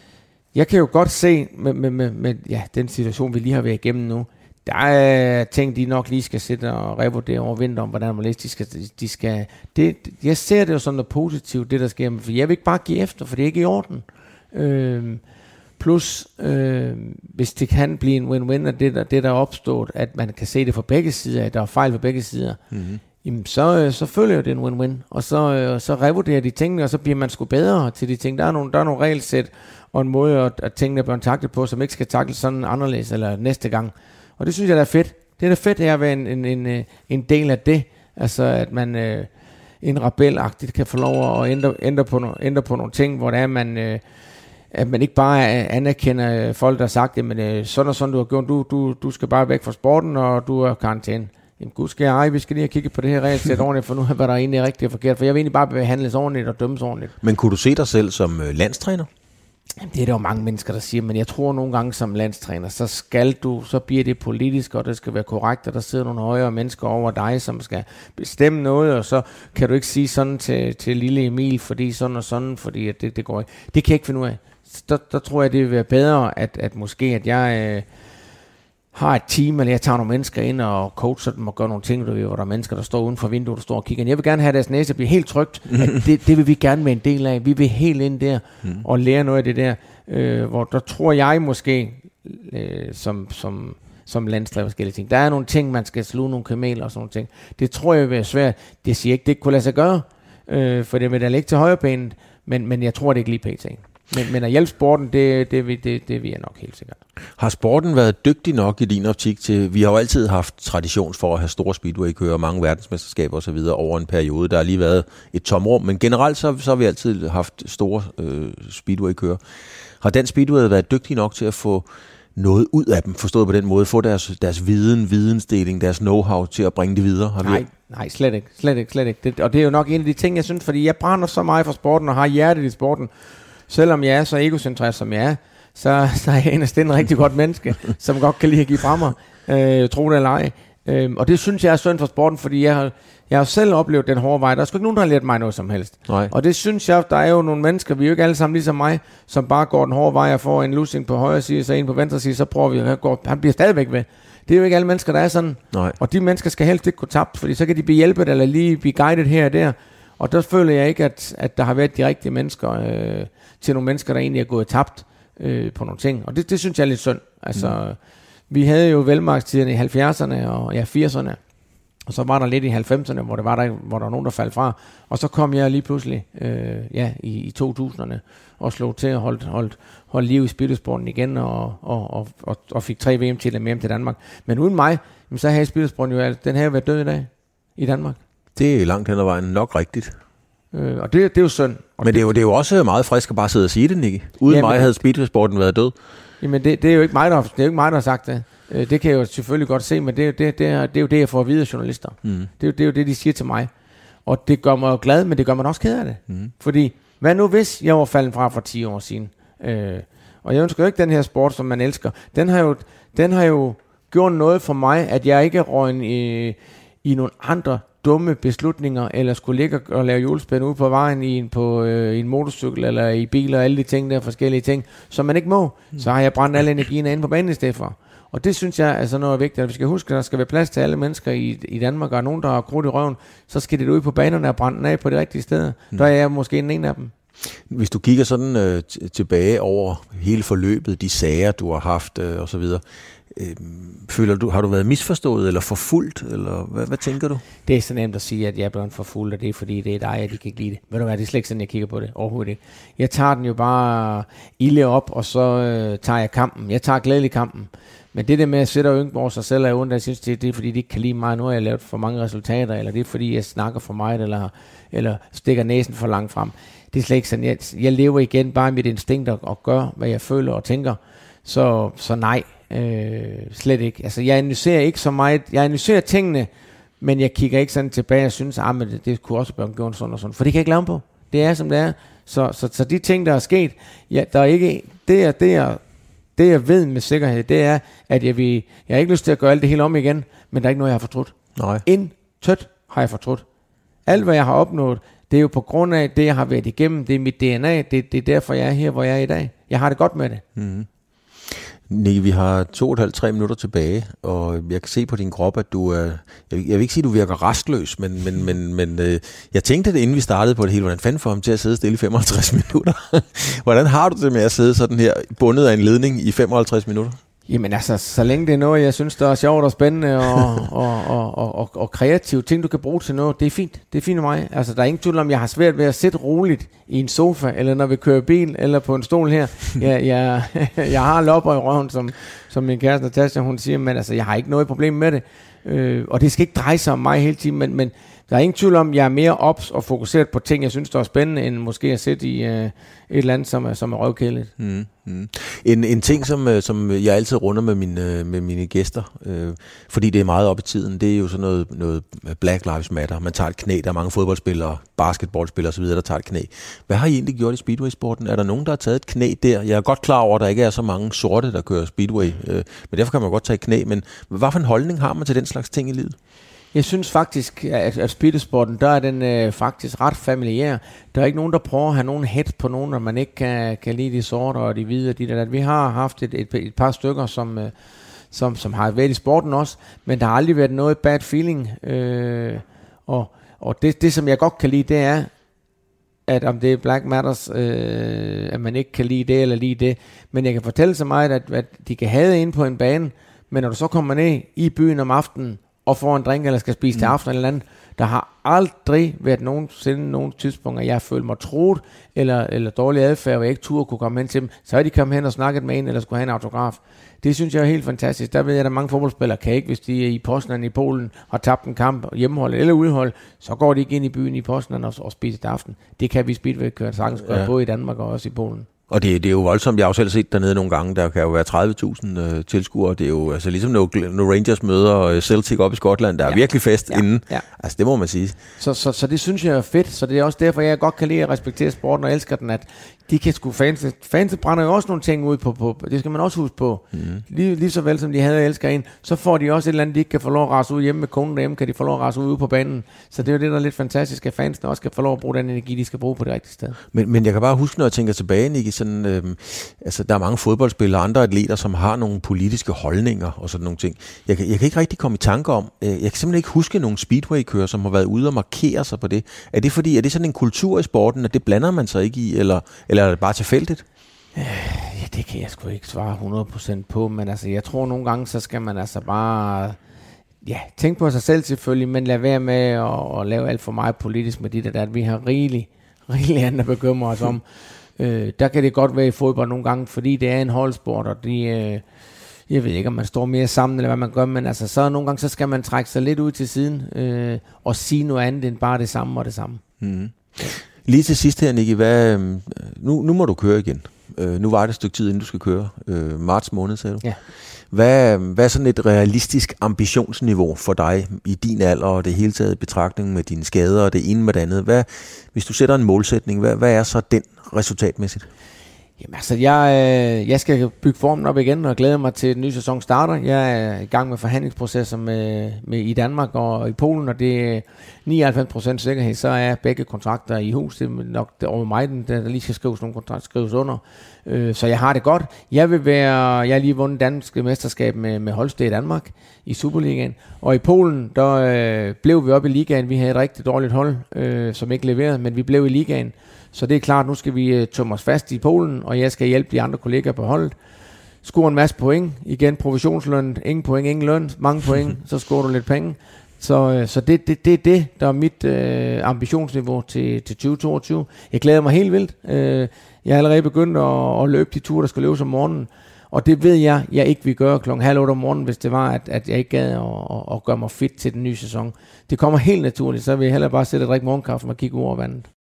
jeg kan jo godt se med, med, med, med ja, den situation, vi lige har været igennem nu, der er ting, de nok lige skal sætte og revurdere over vinteren, hvordan man læser, de skal, de skal det, jeg ser det jo som noget positivt, det der sker, for jeg vil ikke bare give efter, for det er ikke i orden. Øh, plus, øh, hvis det kan blive en win-win af det der, det, der er opstået, at man kan se det fra begge sider, at der er fejl fra begge sider, mm-hmm. jamen så, så føler jeg det en win-win, og så, så revurderer de tingene, og så bliver man sgu bedre til de ting. Der er nogle, der er nogle regelsæt, og en måde, at, at tingene bliver taklet på, som ikke skal takles sådan anderledes, eller næste gang. Og det synes jeg, der er fedt. Det er da fedt at være en, en, en, en del af det, altså at man øh, en rebelagtigt kan få lov at ændre, ændre, på, no, ændre på nogle ting, hvor det er, man... Øh, at man ikke bare anerkender folk, der har sagt, jamen øh, sådan og sådan du har gjort, du, du, du skal bare væk fra sporten, og du er karantæne. Jamen gud skal jeg, ej, vi skal lige have kigget på det her regelsæt ordentligt, for nu hvad der er egentlig rigtigt og forkert, for jeg vil egentlig bare behandles ordentligt og dømmes ordentligt. Men kunne du se dig selv som øh, landstræner? Jamen, det er der jo mange mennesker, der siger, men jeg tror nogle gange som landstræner, så skal du, så bliver det politisk, og det skal være korrekt, og der sidder nogle højere mennesker over dig, som skal bestemme noget, og så kan du ikke sige sådan til, til lille Emil, fordi sådan og sådan, fordi at det, det går ikke. Det kan jeg ikke finde ud af. Der, der tror jeg, det vil være bedre, at, at måske, at jeg øh, har et team, eller jeg tager nogle mennesker ind og coacher dem og gør nogle ting, hvor der er mennesker, der står uden for vinduet, der står og kigger. Jeg vil gerne have deres næse blive helt trygt. At det, det vil vi gerne være en del af. Vi vil helt ind der mm. og lære noget af det der. Øh, hvor der tror jeg måske, øh, som, som, som landstræner forskellige ting. Der er nogle ting, man skal sluge nogle kameler og sådan nogle ting. Det tror jeg vil være svært. Det siger ikke, det ikke kunne lade sig gøre, øh, for det vil da ligge til højrebenet, men, men jeg tror, det ikke lige pt. Men, men at hjælpe sporten, det, det, det, det, det vil jeg nok helt sikkert. Har sporten været dygtig nok i din optik til, vi har jo altid haft traditions for at have store speedway-kører, mange verdensmesterskaber osv. over en periode. Der har lige været et tomrum, men generelt så, så har vi altid haft store øh, speedway-kører. Har Dansk Speedway været dygtig nok til at få noget ud af dem, forstået på den måde, få deres, deres viden, vidensdeling, deres know-how til at bringe det videre? Har nej, vi... nej, slet ikke, slet ikke, slet ikke. Det, og det er jo nok en af de ting, jeg synes, fordi jeg brænder så meget for sporten og har hjertet i sporten. Selvom jeg er så egocentreret som jeg er, så, så er jeg en af en rigtig godt menneske, som godt kan lide at give fra mig, øh, tro det eller ej. Øh, og det synes jeg er synd for sporten, fordi jeg har, jeg har selv oplevet den hårde vej. Der er sgu ikke nogen, der har lært mig noget som helst. Nej. Og det synes jeg, der er jo nogle mennesker, vi er jo ikke alle sammen ligesom mig, som bare går den hårde vej og får en lussing på højre side, så en på venstre side, så prøver vi at gå. Han bliver stadigvæk ved. Det er jo ikke alle mennesker, der er sådan. Nej. Og de mennesker skal helst ikke gå tabt, fordi så kan de blive hjælpet eller lige blive guidet her og der. Og der føler jeg ikke, at, at der har været de rigtige mennesker øh, til nogle mennesker, der egentlig er gået tabt øh, på nogle ting. Og det, det synes jeg er lidt synd. Altså, mm. vi havde jo velmarkstiderne i halvfjerdserne og ja, firserne. Og så var der lidt i halvfemserne, hvor, det var der, hvor der var nogen, der faldt fra. Og så kom jeg lige pludselig øh, ja, i, i to tusinderne og slog til og holdt, holdt, holdt liv i speedsporten igen og, og, og, og, og fik tre V M-titler med hjem til Danmark. Men uden mig, så havde speedsporten jo, den havde været død i dag i Danmark. Det er langt hen ad vejen nok rigtigt. Øh, og det, det er jo synd. Men det er jo, det er jo også meget frisk at bare sidde og sige det, Nicky. Uden jamen, mig havde speedsporten været død. Jamen det, det er jo ikke mig, der, det er jo ikke mig, der har sagt det. Det kan jeg jo selvfølgelig godt se, men det, det, det, er, det er jo det, jeg får at vide af journalister. Mm. Det, er jo, det er jo det, de siger til mig. Og det gør mig jo glad, men det gør mig også ked af det. Mm. Fordi, hvad nu hvis jeg var faldet fra for ti år siden? Øh, og jeg ønsker jo ikke den her sport, som man elsker. Den har jo, den har jo gjort noget for mig, at jeg ikke er røget i, i nogle andre dumme beslutninger, eller skulle ligge og lave julespænd ude på vejen i en, på, øh, i en motorcykel, eller i biler, og alle de ting der, forskellige ting, som man ikke må. Mm. Så har jeg brændt alle energien ind på banen i stedet for. Og det synes jeg er sådan noget vigtigt, at vi skal huske, at der skal være plads til alle mennesker i, i Danmark, og nogen, der har krudt i røven, så skal det ud på banerne og brænde den af på det rigtige sted. Mm. Der er jeg måske en af dem. Hvis du kigger sådan øh, t- tilbage over hele forløbet, de sager, du har haft øh, osv., øh, føler du, har du været misforstået eller forfulgt, eller hvad, hvad tænker du? Det er så nemt at sige, at jeg er blevet forfulgt, og det er fordi, det er dig, at de kan ikke lide det. Ved du hvad, det er slet ikke sådan, jeg kigger på det. Overhovedet ikke. Jeg tager den jo bare ilde op, og så øh, tager jeg kampen. Jeg tager glædelig kampen. Men det der med at sætte og ynke over sig selv, er ondt, jeg synes, det, det er fordi, de ikke kan lide mig. Nu har jeg lavet for mange resultater, eller det er fordi, jeg snakker for meget, eller, eller stikker næsen for langt frem. Det er slet ikke sådan. Jeg, jeg lever igen bare med mit instinkt og, og gør, hvad jeg føler og tænker. Så, så nej, øh, slet ikke. Altså, jeg analyserer ikke så meget. Jeg analyserer tingene, men jeg kigger ikke sådan tilbage og synes, at ah, det, det kunne også blive gjort sådan og sådan. For det kan jeg ikke lave på. Det er, som det er. Så, så, så de ting, der er sket, ja, der er ikke... Det er, det er Det jeg ved med sikkerhed, det er, at jeg, vil, jeg har ikke lyst til at gøre alt det hele om igen, men der er ikke noget, jeg har fortrudt. Nej. Intet har jeg fortrudt. Alt, hvad jeg har opnået, det er jo på grund af det, jeg har været igennem. Det er mit D N A. Det, det er derfor, jeg er her, hvor jeg er i dag. Jeg har det godt med det. Mm-hmm. Nicky, vi har to og et halvt, tre minutter tilbage, og jeg kan se på din krop, at du er... Jeg, jeg vil ikke sige, at du virker rastløs, men, men, men, men øh, jeg tænkte det, inden vi startede på det hele, hvordan fanden får ham til at sidde stille i femoghalvtreds minutter? Hvordan har du det med at sidde sådan her, bundet af en ledning i femoghalvtreds minutter? Jamen altså, så længe det er noget, jeg synes, der er sjovt og spændende og, og, og, og, og, og kreativt, ting du kan bruge til noget, det er fint. Det er fint med mig. Altså, der er ingen tvivl om, jeg har svært ved at sidde roligt i en sofa, eller når vi kører bil, eller på en stol her. Jeg, jeg, jeg har lopper i røven, som, som min kæreste Natasha, hun siger, men altså, jeg har ikke noget problem med det. Øh, og det skal ikke dreje sig om mig hele tiden, men, men der er ingen tvivl om, at jeg er mere ops og fokuseret på ting, jeg synes, der er spændende, end måske at sætte i øh, et eller andet, som er, som er røvkedeligt. Mm, mm. En, en ting, som, som jeg altid runder med mine, med mine gæster, øh, fordi det er meget op i tiden, det er jo sådan noget, noget Black Lives Matter. Man tager et knæ, der er mange fodboldspillere, basketballspillere osv., der tager et knæ. Hvad har I egentlig gjort i speedway-sporten? Er der nogen, der har taget et knæ der? Jeg er godt klar over, at der ikke er så mange sorte, der kører speedway, øh, men derfor kan man godt tage et knæ. Men hvad for en holdning har man til den slags ting i livet? Jeg synes faktisk, at, at speedsporten, der er den øh, faktisk ret familiær. Der er ikke nogen, der prøver at have nogen head på nogen, når man ikke kan, kan lide de sorte og de hvide og de der. Vi har haft et, et, et par stykker, som, øh, som, som har været i sporten også, men der har aldrig været noget bad feeling. Øh, og og det, det, som jeg godt kan lide, det er, at om det er Black Matters, øh, at man ikke kan lide det eller lide det. Men jeg kan fortælle så meget, at, at de kan have det inde på en bane, men når du så kommer ned i byen om aftenen, og får en drink, eller skal spise mm. til aften eller andet. Der har aldrig været nogensinde nogen tidspunkter, jeg har følt mig troet, eller, eller dårlig adfærd, hvor jeg ikke turde kunne komme hen til dem. Så har de kommet hen og snakket med en, eller skulle have en autograf. Det synes jeg er helt fantastisk. Der ved jeg, at mange fodboldspillere kan ikke, hvis de er i Poznan i Polen, har tabt en kamp, hjemmehold eller udhold, så går de ikke ind i byen i Poznan og, og spiser til aften. Det kan vi speedway-køre sagtens gøre, ja. Både i Danmark og også i Polen. Og det, det er jo voldsomt. Jeg har jo selv set dernede nogle gange, der kan jo være tredive tusind øh, tilskuere. Det er jo altså ligesom når, når Rangers møder Celtic op i Skotland, der er ja. virkelig fest ja. inden. Ja. Altså det må man sige. Så, så, så det synes jeg er fedt, så det er også derfor, jeg godt kan lide at respektere sporten og elsker den, at de kan sgu fans. Fans brænder jo også nogle ting ud på, på det skal man også huske på. Mm. Lige, lige så vel som de havde og elsker en, så får de også et eller andet, de ikke kan få lov at rase ud hjemme med konen derhjemme, kan de få lov at rase ud ude på banen. Så det er jo det, der er lidt fantastisk, at fansene også kan få lov at bruge den energi, de skal bruge på det rigtige sted. Men, men jeg kan bare huske, når jeg tænker tilbage, Nicky, sådan, øhm, altså der er mange fodboldspillere og andre atleter, som har nogle politiske holdninger og sådan nogle ting. Jeg kan, jeg kan ikke rigtig komme i tanke om, øh, jeg kan simpelthen ikke huske nogle speedway-kører, som har været ude og markere sig på det. Er det fordi, er det sådan en kultur i sporten, at det blander man sig ikke i, eller, eller er det bare tilfældigt? Ja, det kan jeg sgu ikke svare hundrede procent på, men altså, jeg tror nogle gange, så skal man altså bare, ja, tænke på sig selv selvfølgelig, men lad være med at, at lave alt for meget politisk med det der, at vi har rigeligt, rigeligt andet at bekymre os om. øh, der kan det godt være i fodbold nogle gange, fordi det er en holdsport, og de, øh, jeg ved ikke, om man står mere sammen, eller hvad man gør, men altså, så nogle gange, så skal man trække sig lidt ud til siden, øh, og sige noget andet end bare det samme og det samme. Mm. Lige til sidst her, Nicky, hvad, nu, nu må du køre igen. Øh, nu var det et stykke tid, inden du skal køre. Øh, marts måned, sagde du. Ja. Hvad, hvad er sådan et realistisk ambitionsniveau for dig i din alder, og det hele taget i betragtning med dine skader og det ene med det andet? Hvad, hvis du sætter en målsætning, hvad, hvad er så den resultatmæssigt? Jamen altså, jeg, øh, jeg skal bygge formen op igen, og glæder mig til, at den nye sæson starter. Jeg er i gang med forhandlingsprocesser med, med i Danmark og i Polen, og det er nioghalvfems procent sikkerhed, så er begge kontrakter i hus. Det er nok over mig, der lige skal skrives nogle kontrakter, skrives under. Øh, så jeg har det godt. Jeg vil være, jeg har lige vundet dansk mesterskab med, med Holsted i Danmark i Superligaen, og i Polen, der øh, blev vi op i ligaen. Vi havde et rigtig dårligt hold, øh, som ikke leverede, men vi blev i ligaen. Så det er klart, nu skal vi uh, tømme os fast i Polen, og jeg skal hjælpe de andre kollegaer på holdet. Score en masse point. Igen, provisionsløn, ingen point, ingen løn, mange point, så scorer du lidt penge. Så, uh, så det, det, det er det, der er mit uh, ambitionsniveau til, til tyve toogtyve. Jeg glæder mig helt vildt. Uh, jeg har allerede begyndt at, at løbe de ture, der skal løbes om morgenen. Og det ved jeg, jeg ikke vil gøre klokken halv otte om morgenen, hvis det var, at, at jeg ikke gad at, at, at gøre mig fit til den nye sæson. Det kommer helt naturligt, så vil jeg hellere bare sætte et drikke morgenkaffe og kigge over vandet.